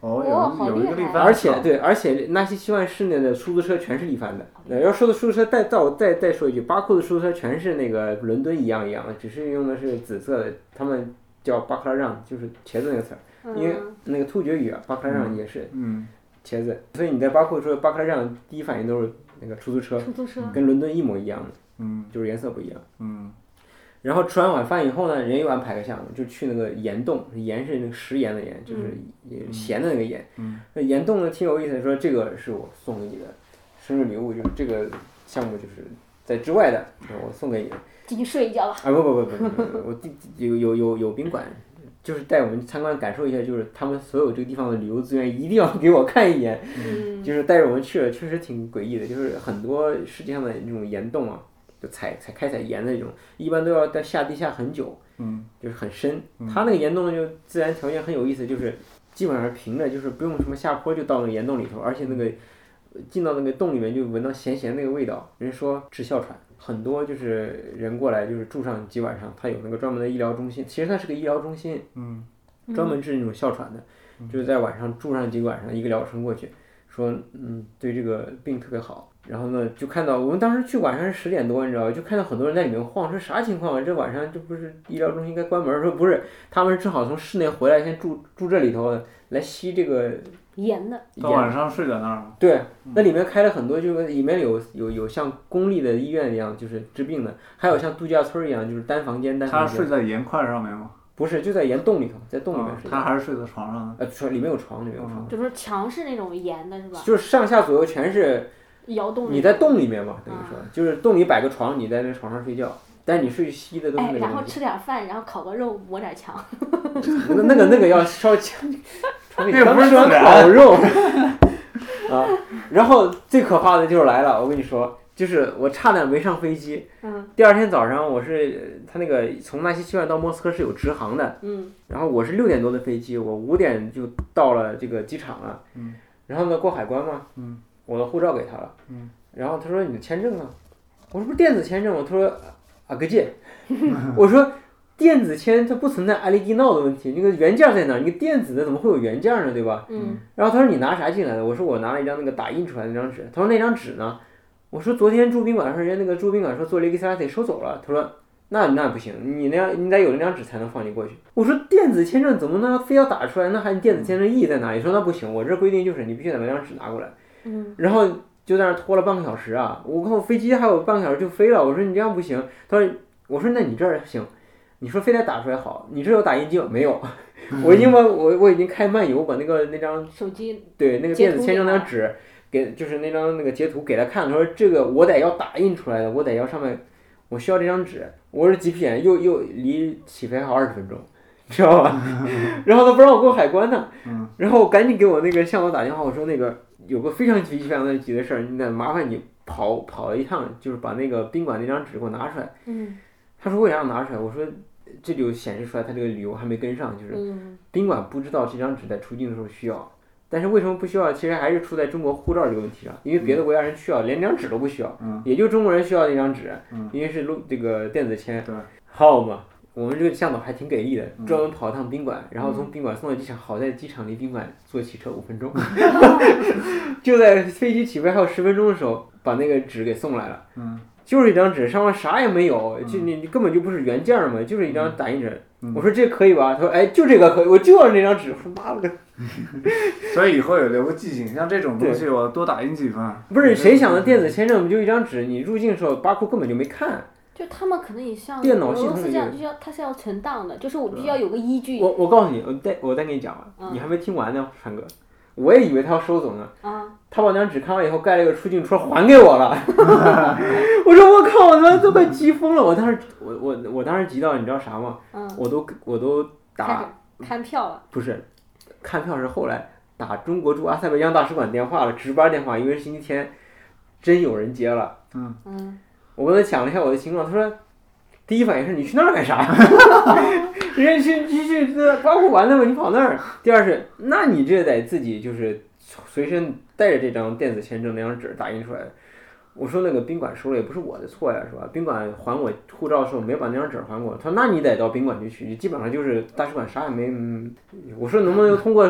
有一个力帆， 而且纳西奇万市内的出租车全是力帆的。要说的出租车，再说一句，巴库的出租车全是那个伦敦一样的，只是用的是紫色的，他们叫巴克拉让，就是茄子那个词儿，因为那个突厥语啊，巴克拉让也是茄子，所以你在巴库说巴克拉让，第一反应都是那个出租车，跟伦敦一模一样的，就是颜色不一样。然后吃完晚饭以后呢，人又安排个项目，就去那个岩洞，岩是那个食盐的盐，就是咸的那个盐。那岩洞呢挺有意思的，说这个是我送给你的生日礼物，就是这个项目就是在之外的，我送给你的。 进去睡一觉吧。 啊不，我有宾馆，就是带我们参观感受一下，就是他们所有这个地方的旅游资源一定要给我看一眼，就是带着我们去了，确实挺诡异的，就是很多世界上的那种岩洞啊。就开采盐的那种，一般都要在下地下很久，就是很深。它那个岩洞就自然条件很有意思，就是基本上是平的，就是不用什么下坡就到那个岩洞里头，而且那个进到那个洞里面就闻到咸咸那个味道。人说治哮喘，很多就是人过来就是住上几晚上，他有那个专门的医疗中心，其实它是个医疗中心，专门治那种哮喘的，就是在晚上住上几个晚上，一个疗程过去，说对这个病特别好。然后呢，就看到我们当时去晚上是10点多，你知道吧？就看到很多人在里面晃，说啥情况啊？这晚上这不是医疗中心该关门？说不是，他们正好从室内回来，先住这里头来吸这个盐的。 到晚上睡在那儿。 对，那里面开了很多，就是里面有像公立的医院一样，就是治病的，还有像度假村一样，就是单房间。 他睡在盐块上面吗？ 不是，就在岩洞里头，在洞里面睡。 他还是睡在床上的。里面有床， 就是墙是那种盐的是吧？ 就是上下左右全是。你在洞里面嘛，等于说，就是洞里摆个床，你在那床上睡觉，但是你睡吸的都是那个。 然后吃点饭，然后烤个肉，抹点墙。 那个要烧墙， 那个不是烤肉啊。然后最可怕的就是来了，我跟你说，就是我差点没上飞机。第二天早上他那个从纳西奇万到莫斯科是有直航的。然后我是6点多的飞机，我5点就到了这个机场了。然后呢，过海关嘛。我的护照给他了，然后他说你的签证啊，我说不是电子签证吗？他说啊个借，我说电子签它不存在 original 的问题，那个原件在哪？你个电子的怎么会有原件呢？对吧？然后他说你拿啥进来的？我说我拿了一张那个打印出来的那张纸。他说那张纸呢？我说昨天住宾馆的时候，人家那个住宾馆说做了一个 legislative 收走了。他说那不行，你得有那张纸才能放你过去。我说电子签证怎么能非要打出来？那还电子签证意义在哪里？说那不行，我这规定就是你必须得把那张纸拿过来。然后就在那拖了半个小时啊！我靠，飞机还有半个小时就飞了。我说你这样不行。他说，我说那你这儿行，你说非得打出来好，你这有打印机吗？没有，我已经开漫游把那张手机对那个电子签证那张纸给就是那张那个截图给他看，他说这个我得要打印出来的，我得要上面我需要这张纸。我说几点？又离起飞还有20分钟。知道吧？然后他不让我过海关呢，然后我赶紧给我那个向导打电话，我说那个有个非常急的事儿，你得麻烦你跑了一趟，就是把那个宾馆那张纸给我拿出来。他说为啥要拿出来？我说这就显示出来他这个旅游还没跟上，就是宾馆不知道这张纸在出境的时候需要，但是为什么不需要？其实还是出在中国护照这个问题上，因为别的国家人需要，连张纸都不需要，也就中国人需要那张纸，因为是这个电子签。好嘛。我们这个向导还挺给力的，专门跑一趟宾馆，然后从宾馆送到机场，好在机场离宾馆坐汽车5分钟，就在飞机起飞还有10分钟的时候，把那个纸给送来了。就是一张纸，上面啥也没有，就你根本就不是原件嘛，就是一张打印纸。我说这可以吧？他说哎，就这个可以，我就要那张纸。我说妈的！ 所以以后也留个记性，像这种东西我多打印几份。 不是谁想的电子签证不就一张纸？你入境的时候巴库根本就没看。 就他们可能也像电脑系统这样，它是要存档的，就是我必须要有个依据。 我告诉你，我再给你讲吧，你还没听完呢，川哥。我也以为他要收走呢。他把那张纸看完以后盖了一个出境戳还给我了。我说我靠，我他妈都快急疯了！我当时急到你知道啥吗？我都打看票了。 不是，看票是后来打中国驻阿塞拜疆大使馆电话了，值班电话，因为是星期天，真有人接了。我跟他讲了一下我的情况，他说，第一反应是你去那儿干啥？人家去巴库玩的嘛，你跑那儿。第二是，那你这得自己就是随身带着这张电子签证那张纸打印出来的。我说那个宾馆收了也不是我的错呀，是吧？宾馆还我护照的时候没把那张纸还我，他说那你得到宾馆去取，基本上就是大使馆啥也没。我说能不能通过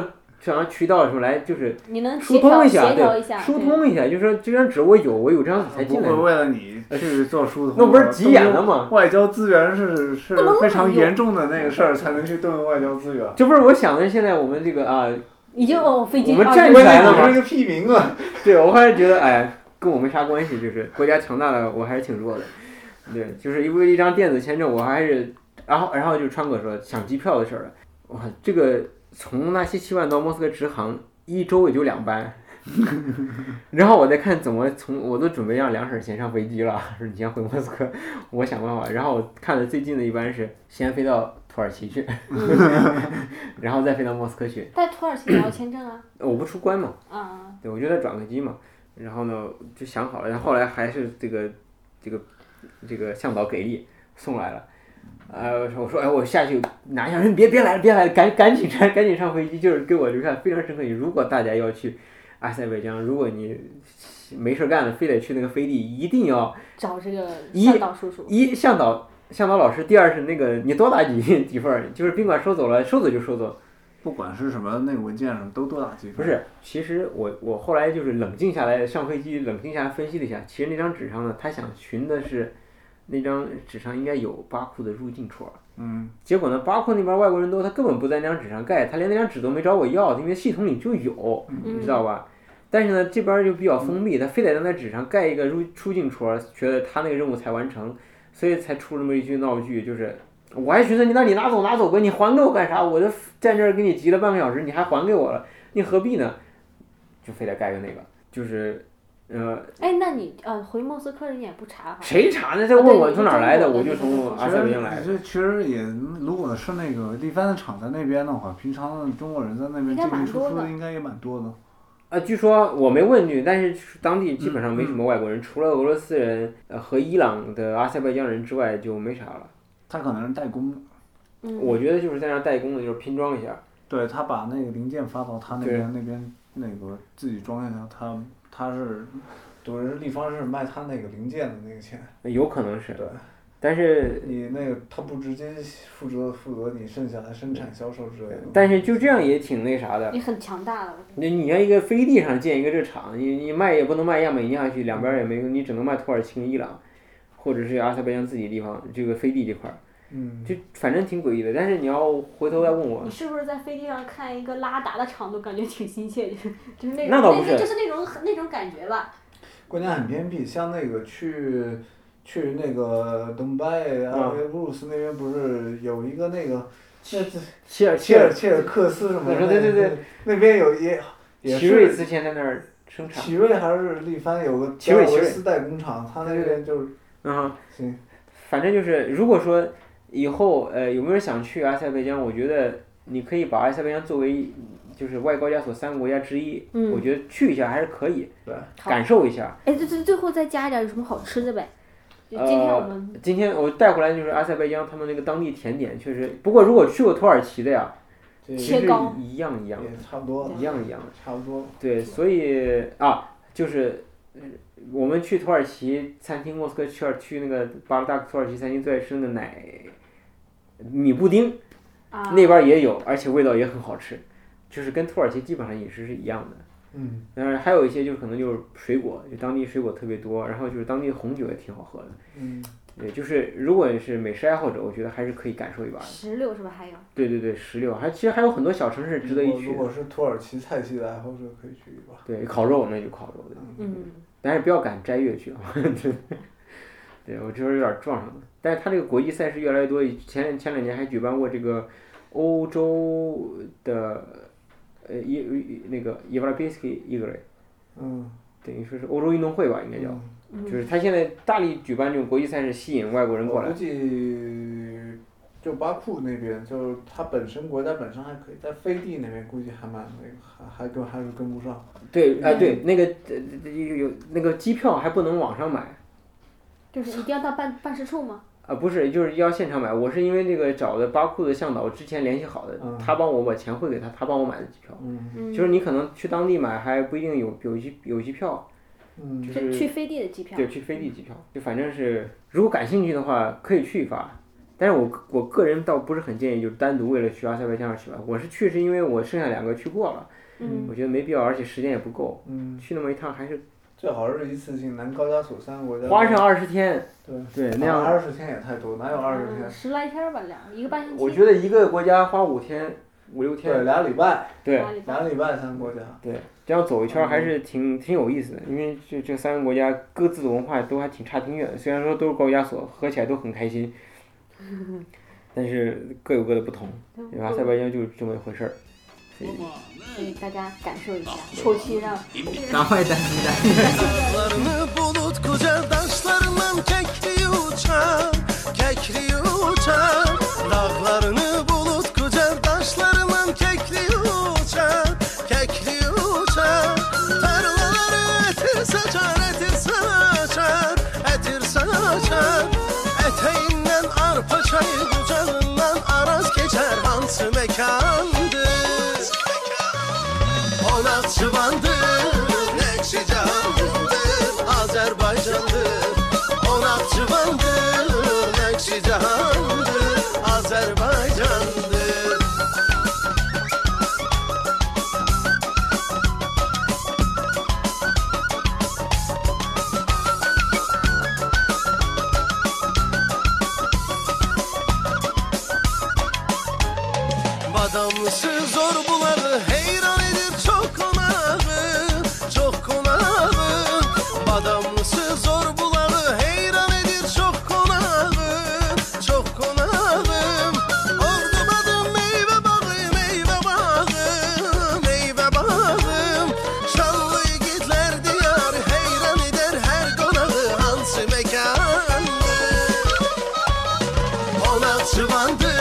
想让渠道什么来就是你能疏通一下，对， 下疏通一下，就是说这张纸我有这张纸才进来。 不会为了你去做疏通。 那不是急眼了吗？ 外交资源是非常严重的那个事儿，才能去动用外交资源。 这不是我想的，现在我们这个啊， 已经飞机， 我们站起来了嘛， 是一个屁民啊！ 对，我还是觉得哎，跟我没啥关系，就是国家强大了，我还是挺弱的。对，就是因为一张电子签证，我还是，然后就川哥说抢机票的事儿了，哇，这个从纳西奇万到莫斯科直航1周也就2班，然后我再看怎么我都准备让梁婶先上飞机了，说你先回莫斯科，我想办法。然后我看的最近的一班是先飞到土耳其去，然后再飞到莫斯科去。 在土耳其也要签证啊？ 我不出关嘛。 啊。 对，我就在转个机嘛。然后呢，就想好了，然后后来还是这个向导给力送来了。我说哎，我下去拿一下，别来了，赶紧上飞机，就是给我留下非常深刻印象。如果大家要去阿塞拜疆，如果你没事干了，非得去那个飞地，一定要找这个向导叔叔。 向导老师，第二是那个你多打几份，就是宾馆收走了，收走就收走。 不管是什么那个文件上都多打几份。 不是，其实我后来就是冷静下来，上飞机冷静下来分析了一下，其实那张纸上呢，他想寻的是。那张纸上应该有巴库的入境戳，结果呢，巴库那边外国人多，他根本不在那张纸上盖，他连那张纸都没找我要，因为系统里就有，你知道吧？但是呢，这边就比较封闭，他非得在那纸上盖一个出境戳，觉得他那个任务才完成，所以才出这么一句闹剧，就是我还寻思你拿走吧，你还给我干啥？我都在这儿给你急了半个小时，你还还给我了，你何必呢？就非得盖个那个，就是。 哎，那你回莫斯科人也不查？ 谁查呢？这问我从哪儿来的，我就从阿塞拜疆来的。 这其实也，如果是那个力帆的厂在那边的话，平常中国人在那边进进出出的应该也蛮多的。 据说我没问去，但是当地基本上没什么外国人，除了俄罗斯人和伊朗的阿塞拜疆人之外就没啥了。 他可能是代工的。 我觉得就是在那代工的，就是拼装一下。 对，他把那个零件发到他那边那个自己装一下，他是，等于是立方是卖他那个零件的那个钱。 有可能是。 对。 但是。 你那个他不直接负责你剩下的生产销售之类的。 但是就这样也挺那啥的。 你很强大了。 你要一个飞地上建一个这厂，你卖也不能卖亚美尼亚去，两边也没有，你只能卖土耳其跟伊朗，或者是阿塞拜疆自己地方这个飞地这块儿。就反正挺诡异的，但是你要回头再问我， 你是不是在飞机上看一个拉达的场都感觉挺亲切，就是那种， 那倒不是， 就是那种感觉吧。 关键很偏僻，像那个去那个登拜布鲁斯那边不是有一个那个切尔克斯什么的， 对， 那边也是。 奇瑞之前在那儿生产。 奇瑞还是力帆有个加维斯代工厂，他那边就是。行。 反正就是，如果说。以后有没有人想去阿塞拜疆？我觉得你可以把阿塞拜疆作为就是外高加索3个国家之一，我觉得去一下还是可以，感受一下。 哎，最后再加一点有什么好吃的呗？ 今天我带回来就是阿塞拜疆他们那个当地甜点，确实。不过如果去过土耳其的呀，其实一样的， 差不多， 一样的， 差不多。 对，所以就是。我们去土耳其餐厅，莫斯科去那个巴格达土耳其餐厅最爱吃的米布丁，那边也有，而且味道也很好吃，就是跟土耳其基本上饮食是一样的。还有一些就是可能就是水果，就当地水果特别多，然后就是当地的红酒也挺好喝的。对，就是如果是美食爱好者，我觉得还是可以感受一把的。 石榴是吧？还有。 对，石榴，其实还有很多小城市值得一去。 如果是土耳其菜系的爱好者，可以去一把。 对，烤肉那就烤肉的。但是不要赶斋月去啊！对，我这边有点撞上了。但是他这个国际赛事越来越多，前2年还举办过这个欧洲的那个伊瓦拉比斯基伊格雷，等于说是欧洲运动会吧，应该叫。就是他现在大力举办这种国际赛事，吸引外国人过来。 我估计就巴库那边，就是他国家本身还可以，在飞地那边估计还蛮那个，还是跟不上。 对，那个有那个机票还不能网上买。 就是一定要到办事处吗？ 不是，就是要现场买。我是因为这个找的巴库的向导之前联系好的，他帮我把钱汇给他，他帮我买的机票。就是你可能去当地买还不一定有机票。就是去飞地的机票。 对，去飞地机票，就反正是如果感兴趣的话可以去一发， 但是我个人倒不是很建议，就是单独为了去阿塞拜疆而去吧。我是去是因为我剩下2个去过了，我觉得没必要，而且时间也不够，去那么一趟还是最好是一次性南高加索3个国家花上20天，对，那样 20天也太多，哪有20天 ？10来天吧，1个半星期。 我觉得一个国家花5天、5、6天， 对，2礼拜， 对 ，2礼拜3个国家， 对，这样走一圈还是挺有意思的，因为这3个国家各自的文化都还挺差挺远的，虽然说都是高加索，合起来都很开心，但是各有各的不同，阿塞拜疆就是这么一回事儿。 所以大家感受一下，抽期让赶快单机单。 Eteğinden arpa çayı kucağından araz geçer hansı mekandır Ona çıvandır, Nekşicandır, Azerbaycandır Ona çıvandır, Nekşicandır, Azerbaycandır Adamlısı zor buladı, heyran edir çok konağı, çok konağı. Adamlısı zor buladı, heyran edir çok konağı, çok konağı. Ordumadım meyve bağı, meyve bağı, meyve bağı. Şanlı yiğitler diyarı, heyran eder her konağı, hansı mekandır. Ona çıvandı.